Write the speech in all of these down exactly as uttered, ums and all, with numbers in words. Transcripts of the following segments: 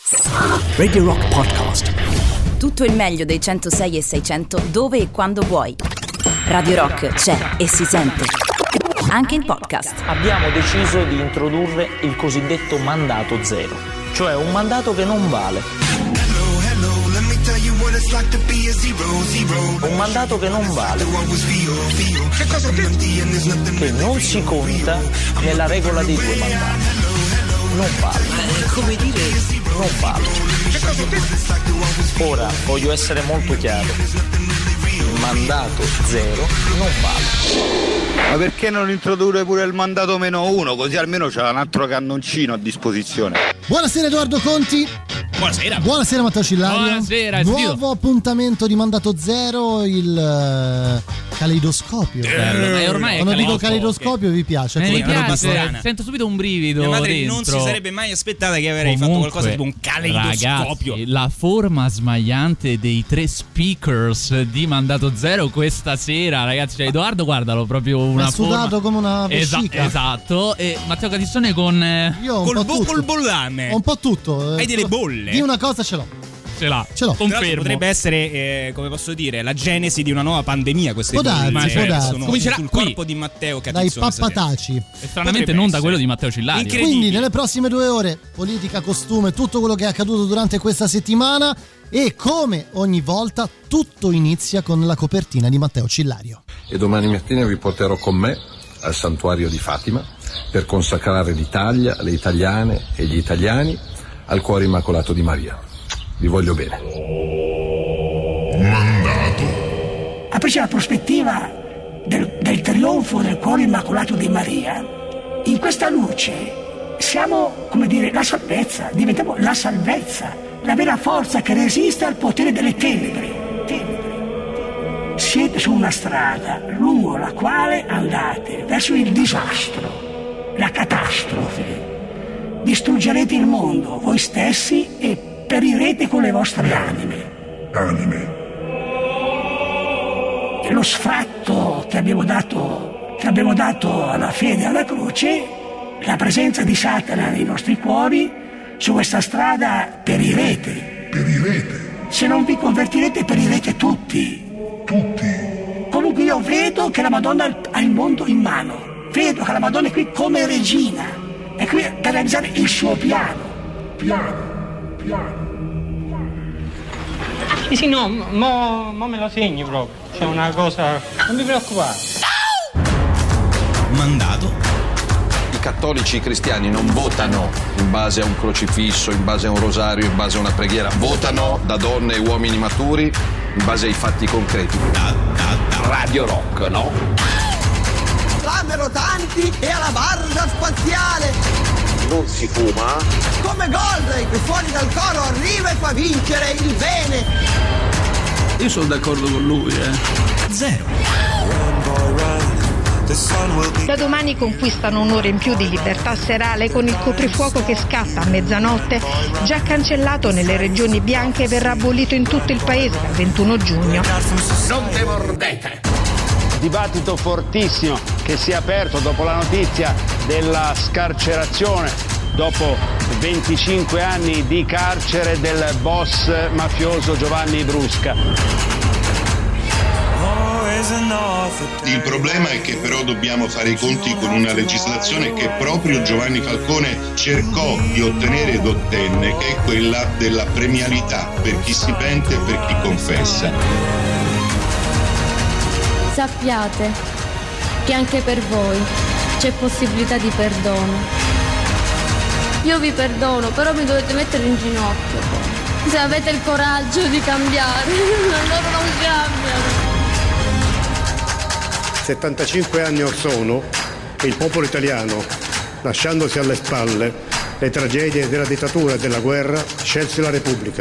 Radio Rock Podcast. Tutto il meglio dei centosei e seicento dove e quando vuoi. Radio Rock c'è e si sente anche in podcast. Abbiamo deciso di introdurre il cosiddetto mandato zero, cioè un mandato che non vale. Un mandato che non vale. Che cosa che non si conta nella regola dei due mandati. Non vale. Eh, come dire, non vale. Ora voglio essere molto chiaro. Il mandato zero non vale. Ma perché non introdurre pure il mandato meno uno? Così almeno c'è un altro cannoncino a disposizione. Buonasera Edoardo Conti. Buonasera. Buonasera Matteo Cillario. Buonasera. Nuovo appuntamento di mandato zero, il uh, caleidoscopio. Eh, ormai Quando dico caleidoscopio vi piace? Eh, mi piace, strana. sento subito un brivido. Mia madre dentro. non si sarebbe mai aspettata che avrei Comunque, fatto qualcosa tipo un caleidoscopio. Ragazzi, la forma smagliante dei tre speakers di mandato zero questa sera, ragazzi. Cioè, Edoardo, guardalo, proprio una ha sudato forma... come una vescica. Esa- esatto. E Matteo Catissone con eh... Io col, un bo- po' col bollame. un po' tutto. Hai delle bolle. Di una cosa ce l'ho. ce l'ha. Ce l'ho. Confermo. Potrebbe essere, eh, come posso dire, la genesi di una nuova pandemia. Queste Può darsi, bolle, può cioè, darsi. sono Comincerà sul qui. corpo di Matteo Dai Catissone. pappataci. E stranamente Potrebbe non da essere. quello di Matteo Cillario. Incredibile. Quindi nelle prossime due ore politica, costume, tutto quello che è accaduto durante questa settimana. E come ogni volta tutto inizia con la copertina di Matteo Cillario. E domani mattina vi porterò con me al santuario di Fatima per consacrare l'Italia, le italiane e gli italiani al cuore immacolato di Maria. Vi voglio bene. Mandato. Aprirci la prospettiva del, del trionfo del cuore immacolato di Maria. In questa luce siamo, come dire, la salvezza, diventiamo la salvezza, la vera forza che resiste al potere delle tenebre. tenebre. Siete su una strada lungo la quale andate verso il disastro, la catastrofe. Distruggerete il mondo, voi stessi, e perirete con le vostre anime. Anime. E lo sfratto che abbiamo dato, che abbiamo dato alla fede e alla croce, la presenza di Satana nei nostri cuori, su questa strada perirete. Perirete. Se non vi convertirete perirete tutti. Tutti. Comunque io vedo che la Madonna ha il mondo in mano. Vedo che la Madonna è qui come regina. È qui per realizzare il suo piano. Piano. Piano. Sì, sì, no, mo, mo me lo segni proprio. C'è una cosa. Non vi preoccupare. Mandato. I cattolici e i cristiani non votano in base a un crocifisso, in base a un rosario, in base a una preghiera. Votano da donne e uomini maturi in base ai fatti concreti. Da, da, da. Radio Rock, no? Flamme rotanti e alla barra spaziale. Non si fuma. Come Goldrake fuori dal coro arriva e fa vincere il bene. Io sono d'accordo con lui, eh. Zero. Da domani conquistano un'ora in più di libertà serale con il coprifuoco che scatta a mezzanotte. Già cancellato nelle regioni bianche, verrà abolito in tutto il paese dal ventuno giugno. Non te mordete! Dibattito fortissimo che si è aperto dopo la notizia della scarcerazione dopo venticinque anni di carcere del boss mafioso Giovanni Brusca. Il problema è che però dobbiamo fare i conti con una legislazione che proprio Giovanni Falcone cercò di ottenere ed ottenne, che è quella della premialità per chi si pente e per chi confessa. Sappiate che anche per voi c'è possibilità di perdono. Io vi perdono, però mi dovete mettere in ginocchio. Se avete il coraggio di cambiare, loro non cambiano. settantacinque anni or sono che il popolo italiano, lasciandosi alle spalle le tragedie della dittatura e della guerra, scelse la Repubblica.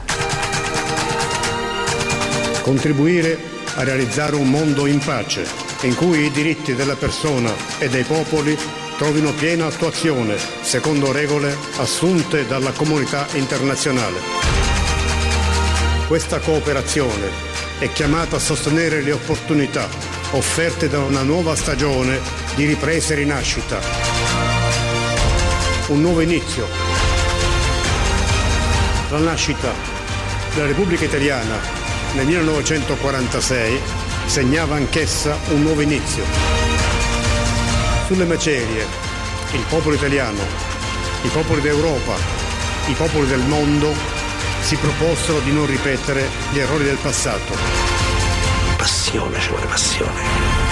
Contribuire a realizzare un mondo in pace, in cui i diritti della persona e dei popoli trovino piena attuazione, secondo regole assunte dalla comunità internazionale. Questa cooperazione è chiamata a sostenere le opportunità offerte da una nuova stagione di ripresa e rinascita. Un nuovo inizio. La nascita della Repubblica Italiana nel millenovecentoquarantasei segnava anch'essa un nuovo inizio. Sulle macerie, il popolo italiano, i popoli d'Europa, i popoli del mondo si proposero di non ripetere gli errori del passato. Passione, ci vuole passione.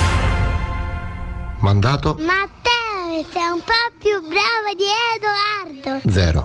Mandato Matteo, sei un po' più bravo di Edoardo. zero.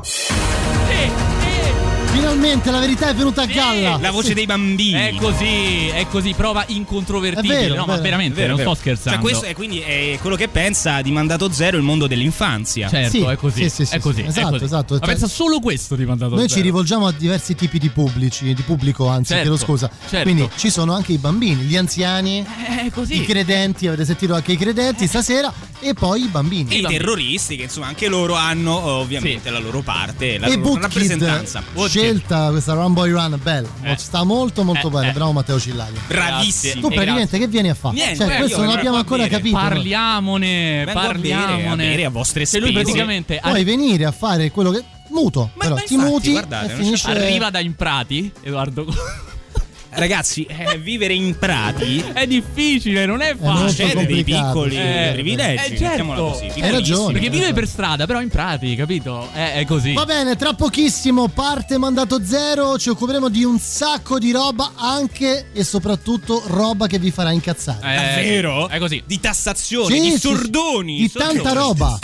Finalmente la verità è venuta a galla. La voce Sì. dei bambini. È così, è così, prova incontrovertibile. È vero, no, è ma vero. veramente, Vero, non vero. sto scherzando. Cioè, questo è quindi è quello che pensa di Mandato Zero il mondo dell'infanzia. Certo, Sì, è così. sì, sì, sì, è così. sì. è Esatto, così. esatto. Ma Cioè, pensa solo questo di Mandato Noi Zero. ci rivolgiamo a diversi tipi di pubblici, di pubblico, anzi, Certo, chiedo scusa. certo. Quindi ci sono anche i bambini, gli anziani, È così. i credenti, avete sentito anche i credenti stasera, e poi i bambini. E i terroristi, che insomma anche loro hanno ovviamente la loro parte, la E loro Boot rappresentanza. Kid, scelta questa Run Boy Run, bella, Eh. sta molto molto Eh, bene, eh. bravo Matteo Cillario. Bravissimo. Tu praticamente che vieni a fare? Niente, Cioè, eh, questo io non vengo abbiamo a ancora bere. capito. Parliamone, Vengo a parliamone. bere, a bere a vostre Se lui spese. praticamente Puoi venire a fare quello che muto, Ma- però ma ti infatti, muti guardate, e non finisce. arriva da Imprati, Edoardo. Ragazzi, eh, vivere in prati È difficile, non è molto facile. c'è dei complicato. piccoli Eh, privilegi, eh, certo. mettiamola così. Hai piccolissimi. ragione. Perché vive Esatto. per strada, però in Prati, capito? È, è così. Va bene, tra pochissimo parte Mandato Zero, ci occuperemo di un sacco di roba, anche e soprattutto roba che vi farà incazzare. Eh, Davvero? È così. Di tassazione, Sì, di sì, sordoni. di tanta roba.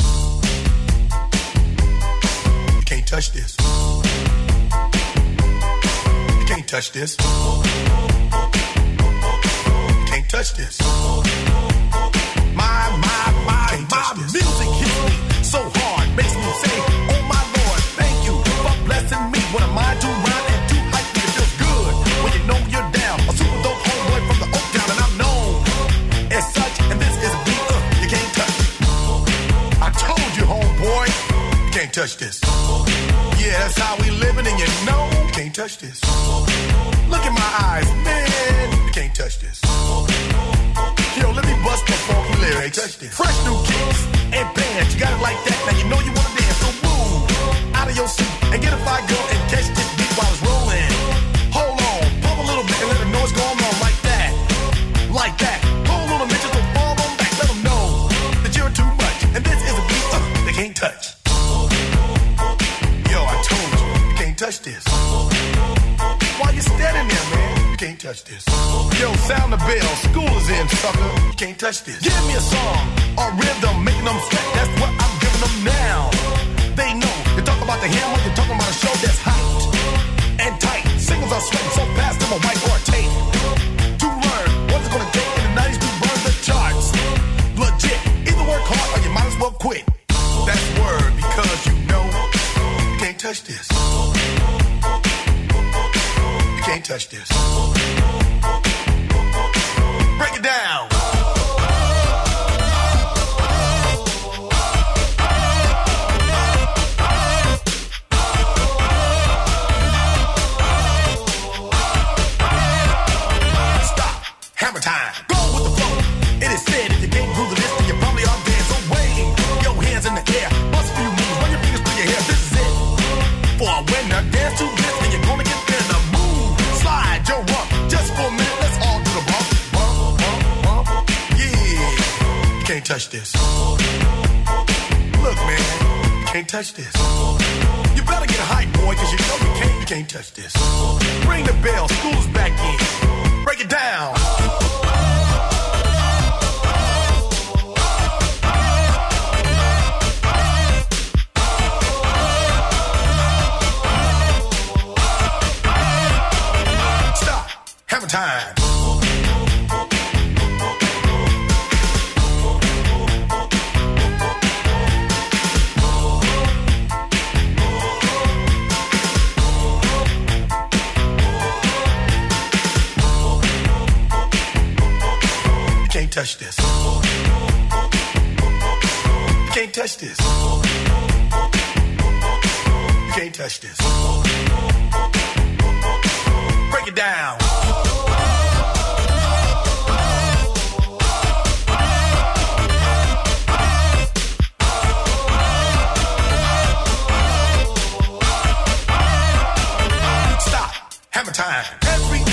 You can't touch this. You can't touch this. You can't touch this. My, my, my, my music hits me so hard, makes me say, oh my Lord, thank you for blessing me. When I'm mind to rhyme and to hype me, it feels good when you know you're down. A super dope homeboy from the Oak Town, and I'm known as such. And this is a beat uh, you can't touch. I told you, homeboy, you can't touch this. Yeah, that's how we living, and you know you can't touch this. Look in my eyes, man, you can't touch this. Yo, let me bust the funky lyrics. Fresh new kicks and bands, you got it like that. Now you know you wanna dance, so move out of your seat and get a fire girl and catch this beat while it's rolling. Hold on, pump a little bit and let them know what's going on like that, like that. Hold on a minute, just don't fall on back. Let them know that you're too much, and this is a beat uh, they can't touch. Yo, I told you, you can't touch this. Why you standing there, man? You can't touch this. Yo, sound the bell, school is in, sucker. You can't touch this. Give me a song or rhythm, making them sweat. That's what I'm giving them now. They know. You talk about the hammer, you're talking about a show that's hyped and tight. Singles are sweating so fast, them a white or a tape. To learn what's it gonna take in the nineties to burn the charts. Legit. Either work hard or you might as well quit. That's word because you know you can't touch this. You can't touch this. Break it down. Stop. Hammer time. Go with the flow. It is said if you can't groove the list, then you probably are dead. So wave your hands in the air. Bust a few moves. Run your fingers through your hair. This is it. For a winner, dance to this, and you're gonna get there. Now move, slide your rump. Just for a minute, let's all do the bump, bump, bump, bump. Yeah, you can't touch this. Look, man, you can't touch this. You better get hype, boy, cause you know you can't, you can't touch this. Ring the bell, school's back in. Break it down. Stop. Hammer time. You can't touch this. You can't touch this. You can't touch this. Break it down.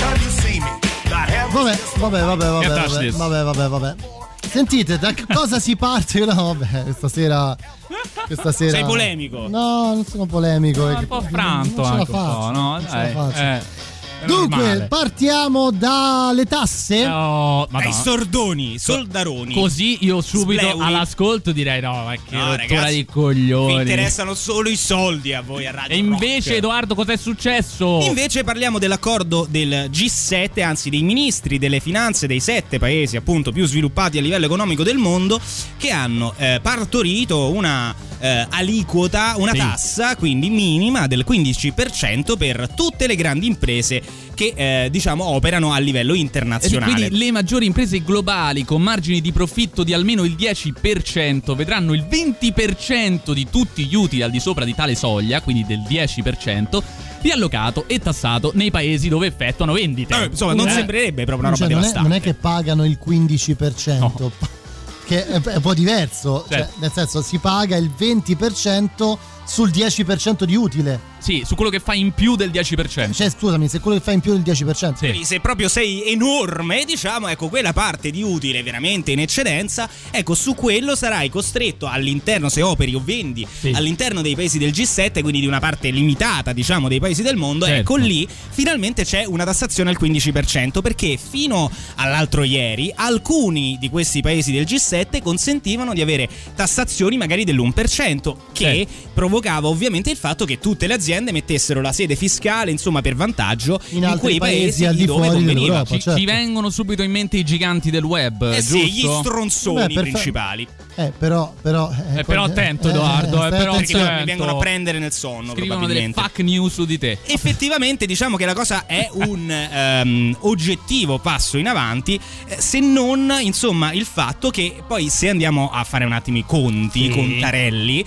time you see me. Not having Vabbè, vabbè, vabbè, vabbè, Can't touch vabbè, this. vabbè, vabbè, vabbè. Sentite, da che cosa si parte? No, vabbè, questa sera questa sera Sei polemico. No, non sono polemico. Un po' franto non ce la anche un po', faccio, no? non ce la Dai, faccio. eh. Dunque, normale. partiamo dalle tasse. No, Dai Madonna. sordoni, soldaroni. Così io subito Spleuri. all'ascolto direi no, ma che No, rottura ragazzi, di Vi coglioni. interessano solo i soldi a voi a Radio E invece Rock. Edoardo, cos'è successo? Invece parliamo dell'accordo del G sette, anzi dei ministri delle finanze dei sette paesi appunto più sviluppati a livello economico del mondo, che hanno eh, partorito una eh, aliquota, una Sì. tassa quindi minima del quindici per cento per tutte le grandi imprese che eh, diciamo operano a livello E internazionale. quindi le maggiori imprese globali con margini di profitto di almeno il dieci per cento vedranno il venti per cento di tutti gli utili al di sopra di tale soglia, quindi del dieci per cento, riallocato e tassato nei paesi dove effettuano vendite. Eh, insomma, non Eh. sembrerebbe proprio una Cioè, roba non, è, devastante. non è che pagano il quindici per cento, che è, è un po' diverso. Cioè, Certo. nel senso, si paga il venti per cento sul dieci per cento di utile. Sì, su quello che fa in più del dieci per cento. Cioè, scusami, se quello che fa in più del dieci per cento. Quindi se proprio sei enorme, diciamo, ecco, quella parte di utile veramente in eccedenza, ecco, su quello sarai costretto all'interno, se operi o vendi Sì. all'interno dei paesi del G sette, quindi di una parte limitata, diciamo, dei paesi del mondo, Certo. ecco lì finalmente c'è una tassazione al quindici per cento, perché fino all'altro ieri alcuni di questi paesi del G sette consentivano di avere tassazioni magari dell'uno per cento, che Certo. provocava ovviamente il fatto che tutte le aziende mettessero la sede fiscale, insomma, per vantaggio In in, altri quei paesi paesi, al di dove fuori conveniva. dell'Europa. Ci, certo. ci vengono subito in mente i giganti del web, Eh giusto? sì, gli stronzoni Beh, perfe- principali. Eh, però, però, Eh, però attento, Edoardo, eh, stai però Perché attento. mi vengono a prendere nel sonno, Scrivono delle probabilmente. fake news su di te. Effettivamente diciamo che la cosa è un ehm, oggettivo passo in avanti, eh, se non insomma il fatto che poi, se andiamo a fare un attimo i conti, i Sì. contarelli,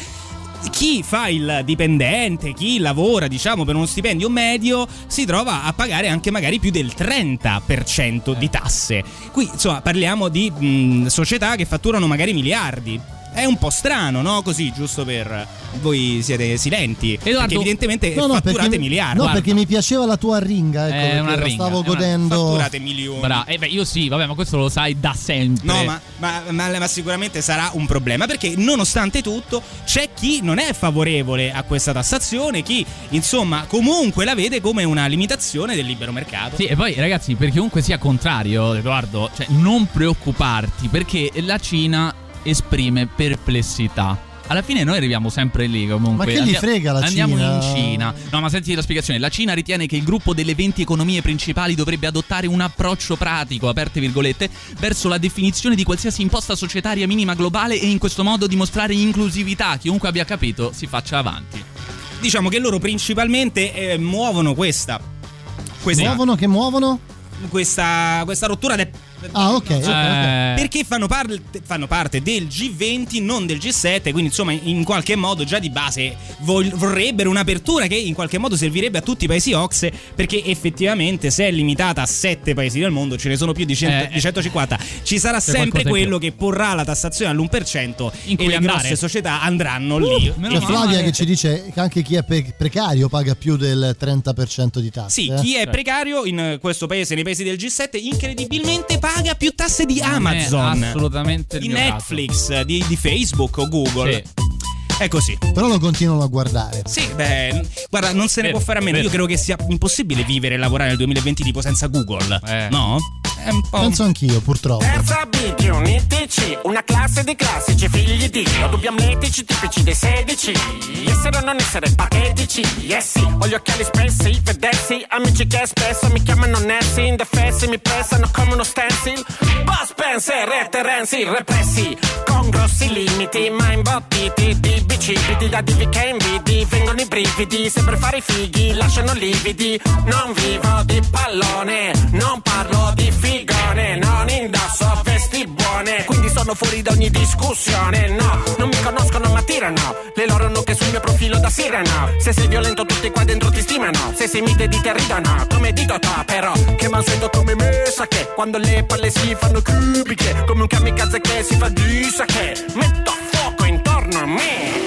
chi fa il dipendente, chi lavora diciamo per uno stipendio medio, si trova a pagare anche magari più del trenta per cento di tasse. Qui insomma parliamo di mh, società che fatturano magari miliardi. È un po' strano, no? Così, giusto per voi siete silenti. Edoardo, perché evidentemente No, no, fatturate perché, miliardi. no, Guarda. perché mi piaceva la tua arringa, ecco, È perché una la ringa, stavo è una- godendo. Fatturate milioni. Bra- eh beh, io sì, vabbè, ma questo lo sai da sempre. No, ma, ma, ma- ma sicuramente sarà un problema, perché nonostante tutto c'è chi non è favorevole a questa tassazione, chi insomma comunque la vede come una limitazione del libero mercato. Sì, e poi ragazzi, per chiunque sia contrario, Edoardo, cioè non preoccuparti, perché la Cina esprime perplessità. Alla fine noi arriviamo sempre lì comunque. Ma che gli frega la andiamo Cina? in Cina. No, ma senti la spiegazione. La Cina ritiene che il gruppo delle venti economie principali dovrebbe adottare un approccio pratico, aperte virgolette, verso la definizione di qualsiasi imposta societaria minima globale e in questo modo dimostrare inclusività. Chiunque abbia capito si faccia avanti. Diciamo che loro principalmente eh, muovono questa questa, Muovono che muovono? questa questa rottura de- Ah, ok, ok, ok. Eh, perché fanno, par- fanno parte del G venti, non del G sette, quindi insomma in qualche modo già di base vol- vorrebbero un'apertura che in qualche modo servirebbe a tutti i paesi O C S E, perché effettivamente se è limitata a sette paesi del mondo, ce ne sono più di, cento, Eh, di centocinquanta, ci sarà c'è sempre qualcosa in quello più. che porrà la tassazione all'uno per cento In e cui le andare. grosse società andranno lì. meno C'è male. Flavia che ci dice che anche chi è pe- precario paga più del trenta per cento di tasse. Sì, eh. chi è precario in questo paese, nei paesi del G sette, incredibilmente paga più tasse di Amazon, è assolutamente il di mio caso. Netflix, di, di Facebook o Google. Sì. È così. Però lo continuano a guardare. Sì, beh, guarda, non se ne Vero, può fare a meno. vero. Io credo che sia impossibile vivere e lavorare nel duemilaventi tipo senza Google. Eh. No? È un po'. Penso anch'io, purtroppo. Terza B, più un I T C, una classe di classici figli di Dio, dubbi amletici tipici dei sedici, essere o non essere patetici, yes sì, ho gli occhiali spessi, vedessi, amici che spesso mi chiamano Nessi, indefessi, mi pressano come uno stencil, Buzz Spencer e Terenzi, repressi, con grossi limiti, ma imbottiti di bicipiti, da divi che invidi, vengono i brividi, se per fare i fighi lasciano lividi, non vivo di pallone, non parlo di figone, non indosso vesti buone, quindi sono fuori da ogni discussione, no, non mi conoscono ma tirano, le loro nuche sul mio profilo da sirena, se sei violento tutti qua dentro ti stimano, se sei mite di te ridono, come dito to però, che mansueto come me sa che, quando le palle si fanno cubiche, come un kamikaze che si fa di sa che, metto fuoco intorno a me.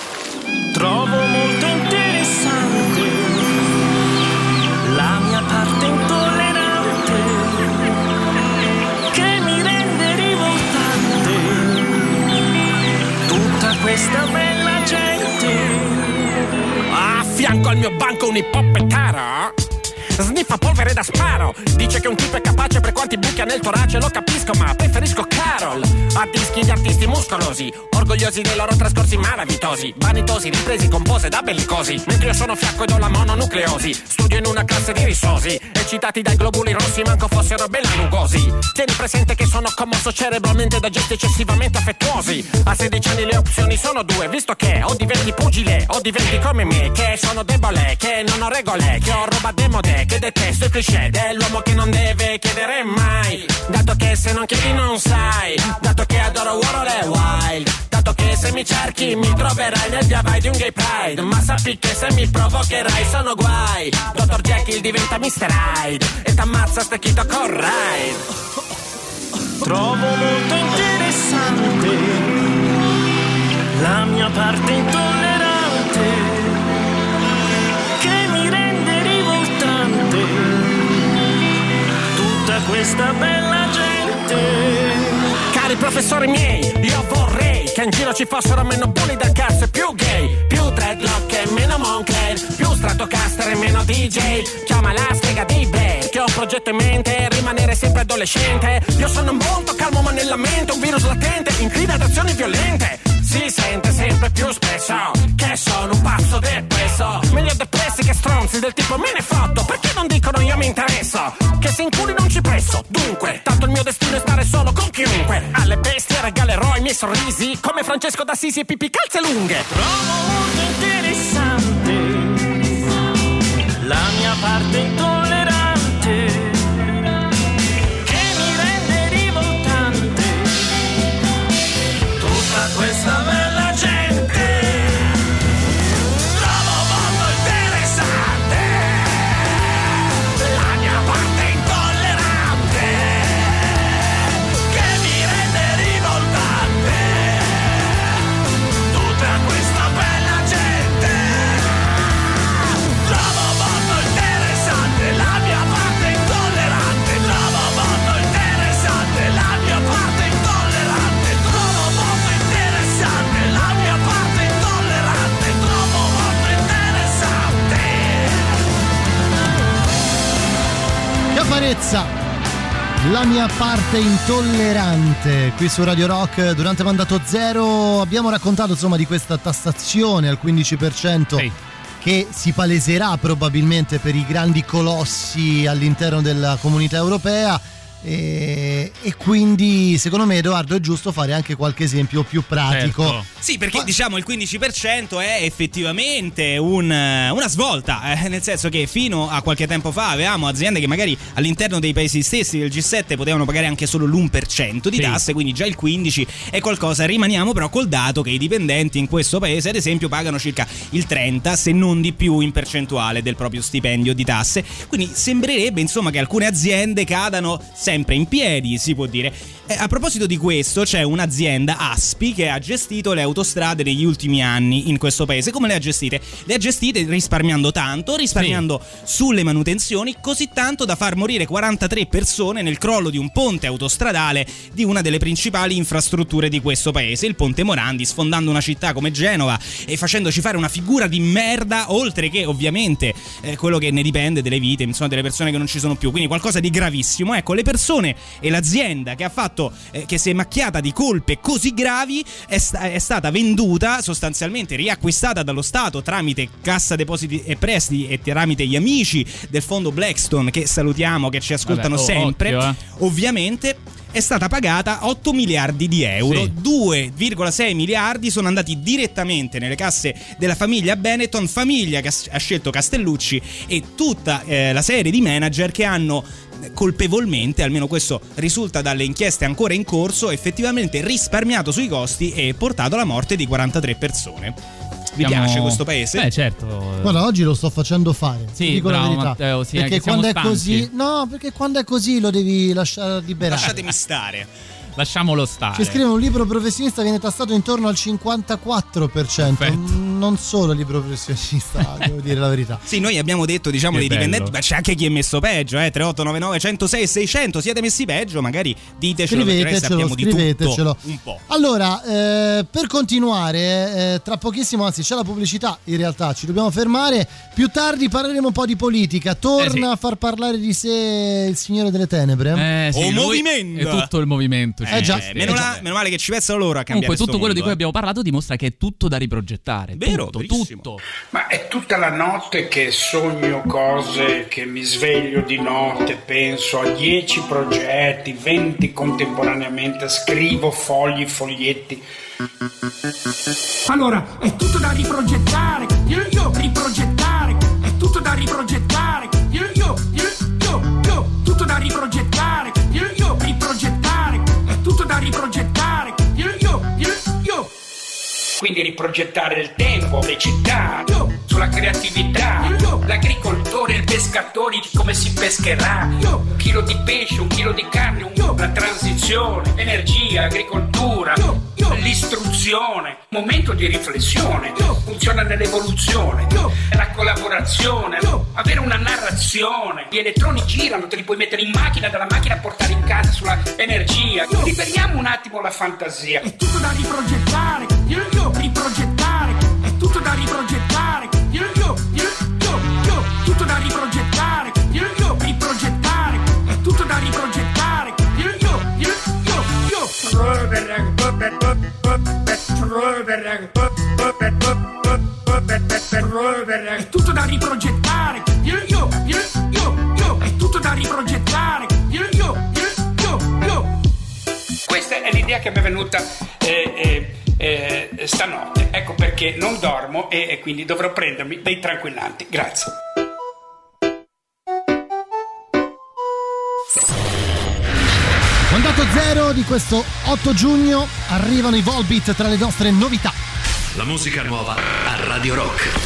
Trovo molto interessante la mia parte fianco al mio banco un ippopettaro sniffa polvere da sparo. Dice che un tipo è capace per quanti buchi ha nel torace. Lo capisco ma preferisco Carol a dischi di artisti muscolosi, orgogliosi dei loro trascorsi malavitosi, vanitosi, ripresi con pose da bellicosi. Mentre io sono fiacco ed ho la mononucleosi, studio in una classe di risosi, eccitati dai globuli rossi manco fossero belanugosi. Tieni presente che sono commosso cerebralmente da gesti eccessivamente affettuosi. A sedici anni le opzioni sono due, visto che o diventi pugile o diventi come me, che sono debole, che non ho regole, che ho roba demode, che detesto il cliché dell'uomo che non deve chiedere mai, dato che se non chiedi non sai, dato che adoro Warhol e Wild, dato che se mi cerchi mi troverai nel via vai di un gay pride, ma sappi che se mi provocherai sono guai. Dottor Jekyll diventa mister Hyde e t'ammazza stecchito con Ride. Trovo molto interessante la mia parte intollerante, questa bella gente. Cari professori miei, io vorrei che in giro ci fossero meno bulli del cazzo e più gay, più dreadlock e meno Moncler, più Stratocaster e meno D J. Chiama la strega di Blair, che ho un progetto in mente, rimanere sempre adolescente. Io sono molto calmo ma nella mente un virus latente, inclina ad azioni violente. Si sente sempre più spesso che sono un pazzo depresso, meglio depressi che stronzi del tipo me ne fotto, perché non dicono io mi interesso, che se in culi non ci presso. Dunque, tanto il mio destino è stare solo con chiunque, alle bestie regalerò i miei sorrisi come Francesco d'Assisi e Pippi calze lunghe. Trovo molto interessante la mia parte intollerante, che mi rende rivoltante tutta questa bella gente. Trovo molto interessante la mia parte intollerante, che mi rende rivoltante tutta questa bella gente. Trovo molto interessante la mia parte intollerante, trovo molto interessante la mia parte intollerante, trovo molto interessante la mia parte intollerante, trovo molto interessante. Che amarezza! La mia parte intollerante qui su Radio Rock. Durante Mandato Zero abbiamo raccontato insomma di questa tassazione al quindici per cento sì. che si paleserà probabilmente per i grandi colossi all'interno della comunità europea. E, e quindi secondo me, Edoardo, è giusto fare anche qualche esempio più pratico. Certo. Sì, perché Ma... diciamo il quindici per cento è effettivamente un, una svolta, eh, nel senso che fino a qualche tempo fa avevamo aziende che magari all'interno dei paesi stessi del G sette potevano pagare anche solo l'uno per cento di sì. tasse, quindi già il quindici è qualcosa. Rimaniamo però col dato che i dipendenti in questo paese ad esempio pagano circa il trenta, se non di più, in percentuale del proprio stipendio di tasse, quindi sembrerebbe insomma che alcune aziende cadano sempre in piedi, si può dire. Eh, a proposito di questo, c'è un'azienda, Aspi, che ha gestito le autostrade negli ultimi anni in questo paese. Come le ha gestite? Le ha gestite risparmiando tanto, risparmiando sì. sulle manutenzioni, così tanto da far morire quarantatré persone nel crollo di un ponte autostradale di una delle principali infrastrutture di questo paese, il Ponte Morandi, sfondando una città come Genova e facendoci fare una figura di merda, oltre che ovviamente eh, quello che ne dipende delle vite, insomma, delle persone che non ci sono più, quindi qualcosa di gravissimo. Ecco, le persone e l'azienda che ha fatto eh, che si è macchiata di colpe così gravi è, sta- è stata venduta, sostanzialmente riacquistata dallo Stato tramite Cassa Depositi e Prestiti e tramite gli amici del fondo Blackstone, che salutiamo, che ci ascoltano Vabbè, oh, sempre occhio, eh. ovviamente. È stata pagata otto miliardi di euro, sì. due virgola sei miliardi sono andati direttamente nelle casse della famiglia Benetton, famiglia che ha scelto Castellucci e tutta eh, la serie di manager che hanno colpevolmente, almeno questo risulta dalle inchieste ancora in corso, effettivamente risparmiato sui costi e portato alla morte di quarantatré persone. Vi siamo... piace questo paese? Beh, certo. Guarda, oggi lo sto facendo fare. Sì, ti dico bravo, la verità. Matteo, sì, perché quando è stanchi. così, no, perché quando è così lo devi lasciare liberare. Lasciatemi stare. Lasciamolo stare. Ci scrive: un libro professionista viene tassato intorno al cinquantaquattro per cento. Perfetto. non solo libero professionista, devo dire la verità. Sì, noi abbiamo detto, diciamo, Che dei bello. dipendenti, ma c'è anche chi è messo peggio, eh, tre otto nove nove uno zero sei sei zero zero, siete messi peggio, magari ditecelo, perché noi Scrivetecelo, sappiamo di tutto scrivetecelo. un po'. Allora, eh, per continuare, eh, tra pochissimo, anzi c'è la pubblicità, in realtà ci dobbiamo fermare, più tardi parleremo un po' di politica, torna Eh sì. a far parlare di sé il Signore delle Tenebre. Eh, sì, O lui movimento. e tutto il movimento. Eh, già. Eh, meno, la- meno male che ci pensano loro a cambiare. Comunque tutto sto quello di mondo, cui abbiamo parlato dimostra che è tutto da riprogettare. Vero, tutto, verissimo. tutto. Ma è tutta la notte che sogno cose, che mi sveglio di notte, penso a dieci progetti, venti contemporaneamente, scrivo fogli, foglietti. Allora, è tutto da riprogettare, io, io, riprogettare, è tutto da riprogettare, io, io, io, io, io, tutto da riprogettare, io, io, riprogettare, è tutto da riprogettare, io, io, io, io. Quindi riprogettare il tempo, le città, sulla creatività, l'agricoltore, il pescatore, come si pescherà, un chilo di pesce, un chilo di carne, un- la transizione, energia, agricoltura, l'istruzione, momento di riflessione, funziona nell'evoluzione, la collaborazione, avere una narrazione, gli elettroni girano, te li puoi mettere in macchina, dalla macchina a portare in casa sulla energia, liberiamo un attimo la fantasia. È tutto da riprogettare, io, io, riprogettare, è tutto da riprogettare, io, io, io, io, io, tutto da riprogettare, io, io, riprogettare, è tutto da riprogettare, io, io, io, io, io. È tutto da riprogettare, io, io, io, io, io, è tutto da riprogettare, io, io, io, io, io. Questa è l'idea che mi è venuta eh, eh, eh, stanotte, ecco perché non dormo e, e quindi dovrò prendermi dei tranquillanti. Grazie. Mandato zero di questo otto giugno, arrivano i Volbeat tra le nostre novità. La musica nuova a Radio Rock.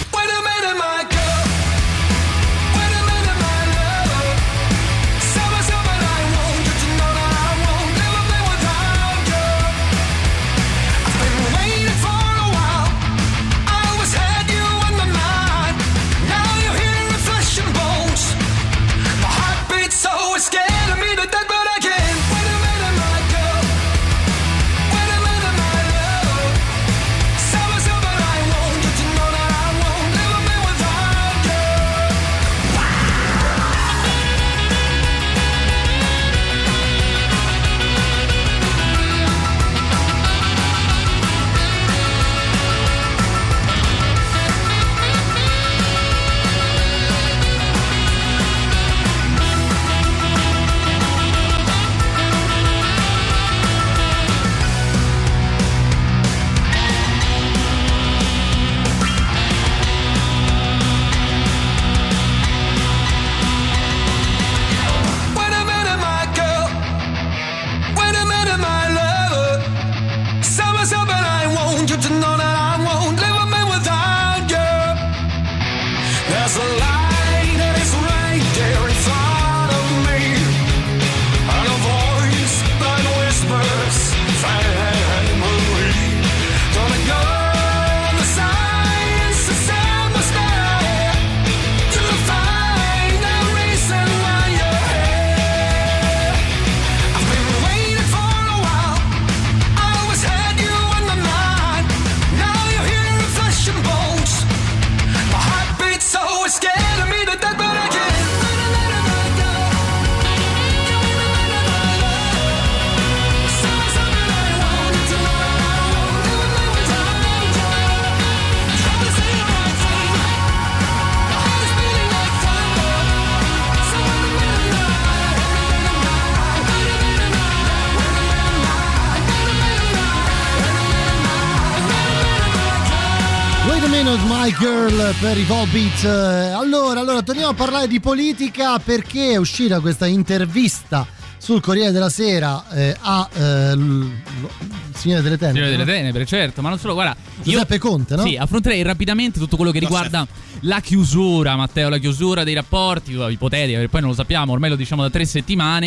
My Girl per i Volbeat. Allora, allora, torniamo a parlare di politica perché è uscita questa intervista sul Corriere della Sera eh, a eh, l- l- Signore delle Tenebre. Signore delle no? Tenebre, certo, ma non solo, guarda. Giuseppe io, Conte, no? Sì, affronterei rapidamente tutto quello che No, riguarda la chiusura, Matteo, la chiusura dei rapporti, ipotetica, perché poi non lo sappiamo, ormai lo diciamo da tre settimane.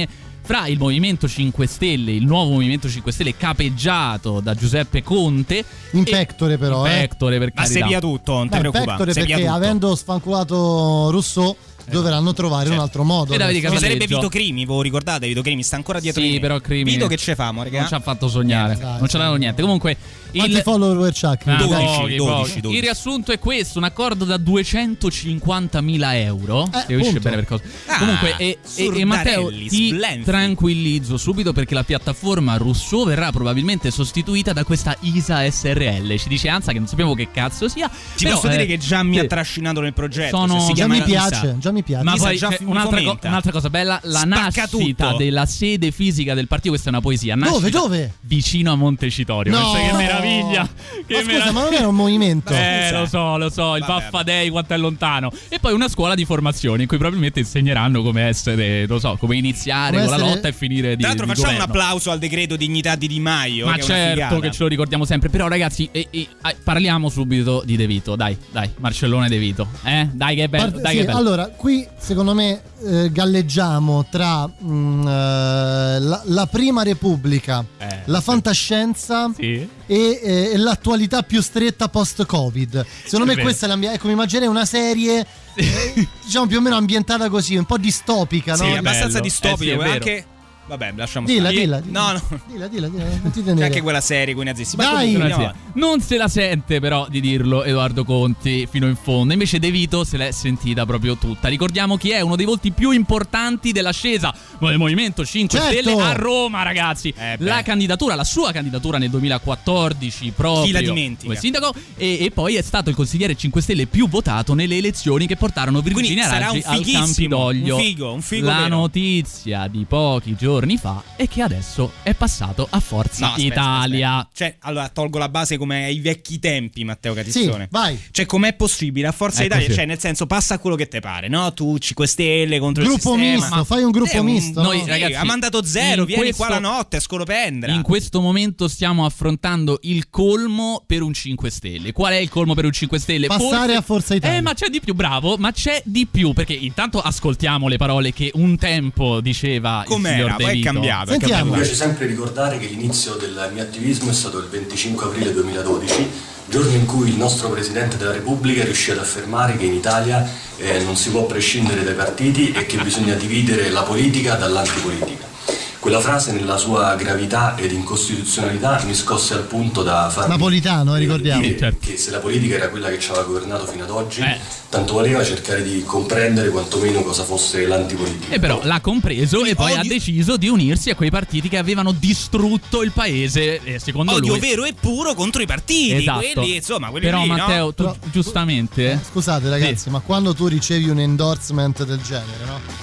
fra il Movimento cinque Stelle, il nuovo Movimento cinque Stelle capeggiato da Giuseppe Conte. In pectore però, in eh. pectore, per Ma carità. sei via tutto, non ti Beh, preoccupare. pectore perché avendo sfanculato Rousseau dovranno trovare certo. un altro modo. E Davide Ci Casaleggio. sarebbe Vito Crimi, voi ricordate? Vito Crimi sta ancora dietro Sì, di me. però Crimi Vito che ce famo, raga? non ci ha fatto sognare, Dai, non ci ha dato niente. Comunque Quanti il follower c'ha? Ah, dodici, pochi, dodici, pochi. dodici. Il riassunto è questo: un accordo da duecentocinquantamila euro. Eh, Se capisce punto. bene per cosa. Ah, Comunque, e, e, e Matteo, surdarelli, ti splendidi. tranquillizzo subito perché la piattaforma Rousseau verrà probabilmente sostituita da questa I S A S R L. Ci dice Anza che non sapevo che cazzo sia. Ti però, posso dire eh, che già mi ha sì. trascinato nel progetto. Sono- se si Già chiama mi I S A. piace, già mi piace. Ma Isa poi già c'è fi- un'altra, co- fomenta. un'altra cosa bella, la Spacca nascita tutto. della sede fisica del partito. Questa è una poesia. Dove, Nascita dove? Vicino a Montecitorio. No. Pensa che meraviglia! Che Ma scusa, meraviglia. ma non era un movimento? Eh, lo so, lo so, il Vabbè, Baffa Day quanto è lontano. E poi una scuola di formazione in cui probabilmente insegneranno come essere, lo so, come iniziare Come con la essere- lotta e finire di Tra l'altro di facciamo un governo. applauso al decreto dignità di Di Maio. Ma che è una certo figata. che ce lo ricordiamo sempre. Però ragazzi, eh, eh, eh, parliamo subito di De Vito. Dai, dai, Marcellone De Vito. Eh, dai che è bello, Parte- dai sì, che è bello. allora, qui secondo me eh, galleggiamo tra mm, eh, la, la prima repubblica, Eh, la sì. fantascienza Sì. e eh, l'attualità più stretta post-Covid. Secondo È me vero. questa è l'ambiente. Ecco, mi immaginerei una serie eh, diciamo più o meno ambientata così, un po' distopica, Sì, no? è abbastanza bello. distopico. Eh sì, è vero. anche. Vabbè, lasciamo Dilla, stare. dilla, No, no. Dilla, dilla, dilla, non ti C'è tenere. anche quella serie con i nazisti. Ma Dai! comunque, Non, andiamo si- non se la sente però di dirlo Edoardo Conti fino in fondo. Invece De Vito se l'è sentita proprio tutta. Ricordiamo chi è uno dei volti più importanti dell'ascesa del Movimento cinque Certo. Stelle a Roma, ragazzi. Eh beh. la candidatura, la sua candidatura nel duemilaquattordici proprio Chi la dimentica? come sindaco e, e poi è stato il consigliere cinque Stelle più votato nelle elezioni che portarono Virginia sarà Raggi un al fighissimo, Campidoglio. un figo, un figo La vero. notizia di pochi giorni fa è che adesso è passato a Forza No, aspetta, Italia. aspetta. Cioè, allora tolgo la base come ai vecchi tempi, Matteo Catizzone. Sì, vai. Cioè, com'è possibile a Forza Eccoci. Italia? Cioè, nel senso, passa a quello che te pare, no? Tu cinque Stelle contro Gruppo il sistema. misto, fai un gruppo Sì, misto, noi, no? Sì, ragazzi, ha mandato zero, in vieni questo- qua la notte, scolopendra. In questo momento stiamo affrontando il colmo per un cinque Stelle. Qual è il colmo per un cinque Stelle? Passare a Forza Italia. Eh, ma c'è di più, bravo, ma c'è di più. Perché intanto ascoltiamo le parole che un tempo diceva Com'era? il signor De Poi è Vito. cambiato. Sentiamo. è Mi cambiato. piace sempre ricordare che l'inizio del mio attivismo è stato il venticinque aprile duemiladodici, giorno in cui il nostro Presidente della Repubblica riuscì ad affermare che in Italia eh, non si può prescindere dai partiti e che bisogna dividere la politica dall'antipolitica. Quella frase, nella sua gravità ed incostituzionalità, mi scosse al punto da farmi Napolitano, eh, ricordiamo. dire Certo. che se la politica era quella che ci aveva governato fino ad oggi, Eh. tanto valeva cercare di comprendere quantomeno cosa fosse l'antipolitica. E però l'ha compreso e poi Odio- ha deciso di unirsi a quei partiti che avevano distrutto il paese. E secondo Odio lui. vero e puro contro i partiti. Esatto. Quelli, insomma, quelli Però lì, Matteo, no? tu Però- giustamente. Eh, Scusate ragazzi, ma quando tu ricevi un endorsement del genere, no?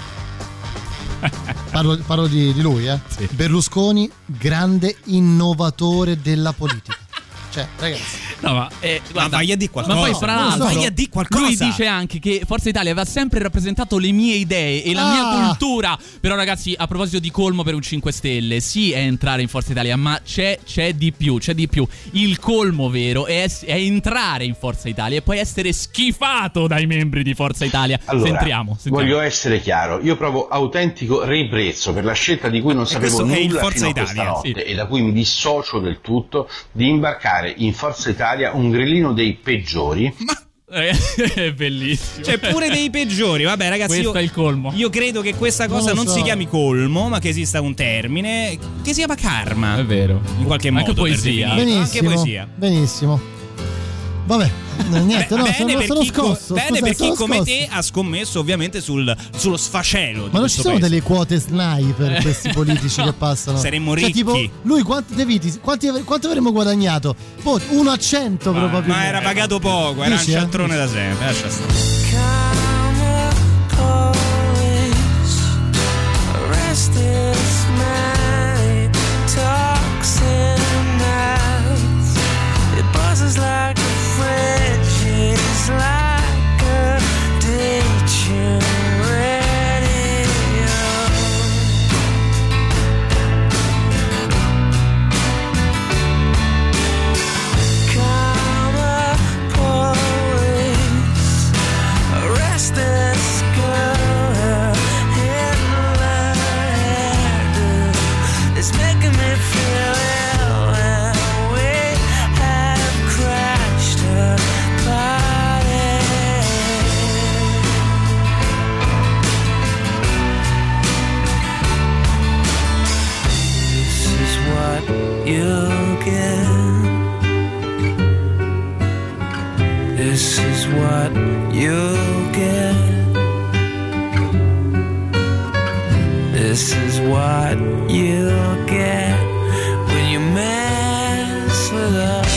Parlo, parlo di, di lui, eh? Sì. Berlusconi, grande innovatore della politica. Cioè, ragazzi, No, ma, eh, guarda, vai a dire qualcosa. Ma poi, fra Non lo so. l'altro, Vai a dire qualcosa. lui dice anche che Forza Italia aveva sempre rappresentato le mie idee e la Ah. mia cultura. Però, ragazzi, a proposito di colmo per un cinque Stelle, sì, è entrare in Forza Italia, ma c'è, c'è di più, c'è di più. Il colmo vero è, ess- è entrare in Forza Italia e poi essere schifato dai membri di Forza Italia. Allora, sentiamo, sentiamo. voglio essere chiaro, io provo autentico ribrezzo per la scelta di cui non sapevo questo è il nulla Forza fino a Italia, questa notte sì. e da cui mi dissocio del tutto, di imbarcare in Forza Italia un grillino dei peggiori. Eh, è bellissimo. C'è pure dei peggiori. Vabbè, ragazzi, Questo io, è il colmo. io credo che questa cosa Non lo non, so. si chiami colmo, ma che esista un termine che si chiama karma. È vero. In qualche Anche modo. per poesia. definirlo. Anche benissimo. poesia. Benissimo. Vabbè, niente, no, bene sono, per sono chi, co- scosso. bene scusa, per chi sono come scosso. te ha scommesso ovviamente sul, sullo sfacelo. di Ma non ci questo sono paese. delle quote sniper questi politici che passano? Saremmo Cioè, ricchi. tipo, lui quanti De Viti, quanti, quanto avremmo guadagnato? Boh, uno a cento Ma, probabilmente. ma era pagato poco, era Dici, un eh? cialtrone da sempre. Lascia stare. Like a fridge, it's like a ditch radio. Karma police arrest This is what you'll get when you mess with us.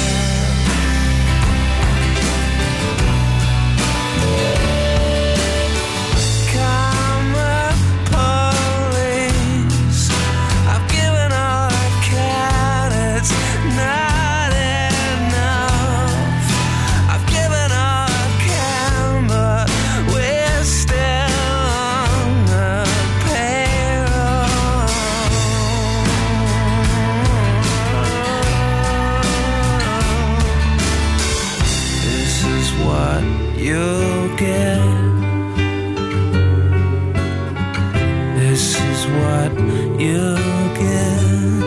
You'll get. This is what you'll get.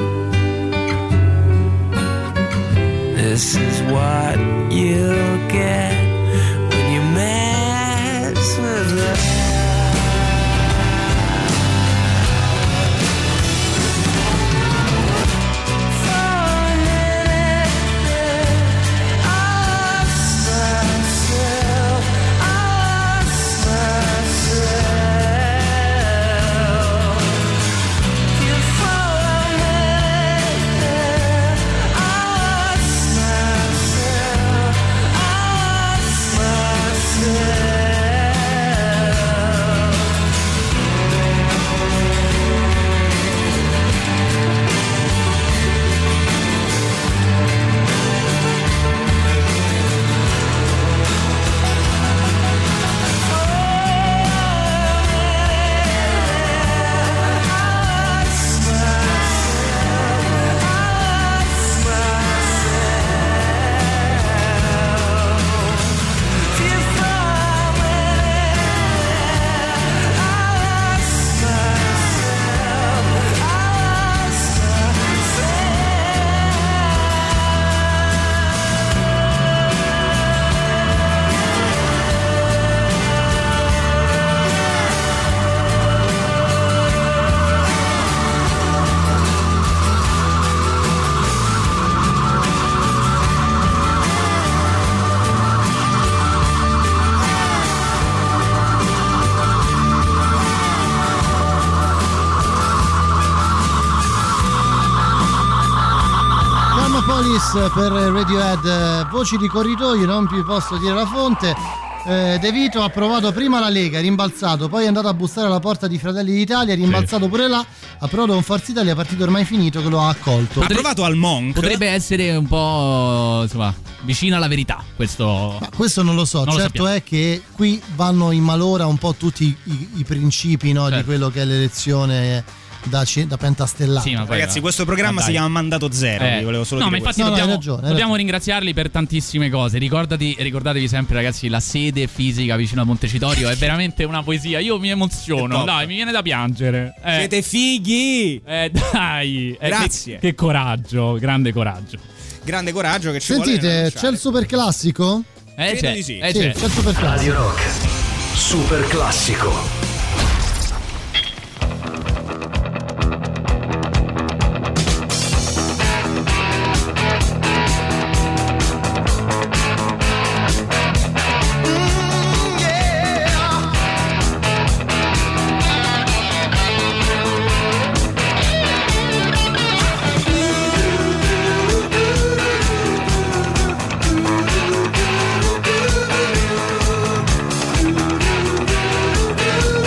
This is what you'll get when you mess with us. Per Radiohead, voci di corridoio, non vi posso dire la fonte. eh, De Vito ha provato prima la Lega, è rimbalzato, poi è andato a bussare alla porta di Fratelli d'Italia, è rimbalzato sì. pure là, ha provato con Forza Italia, partito ormai finito che lo ha accolto. Ha provato al Monk. Potrebbe essere un po' insomma vicino alla verità questo. Ma questo non lo so, non certo lo è che qui vanno in malora un po' tutti i, i principi, no, certo. di quello che è l'elezione Da, da pentastellato. Sì, ragazzi, questo programma si chiama Mandato Zero. Eh. Vi volevo solo no, dire ma infatti questo. dobbiamo, no, hai ragione, hai dobbiamo ragione. ringraziarli per tantissime cose. Ricordati, ricordatevi sempre, ragazzi, la sede fisica vicino a Montecitorio è veramente una poesia. Io mi emoziono, dai, mi viene da piangere. Eh. Siete fighi! Eh, dai, eh, grazie. Che, che coraggio, grande coraggio. Grande coraggio che ci Sentite, vuole c'è il super classico? Eh, c'è, di sì. eh, sì, c'è. c'è il super classico. Radio Rock, super classico. Ooh.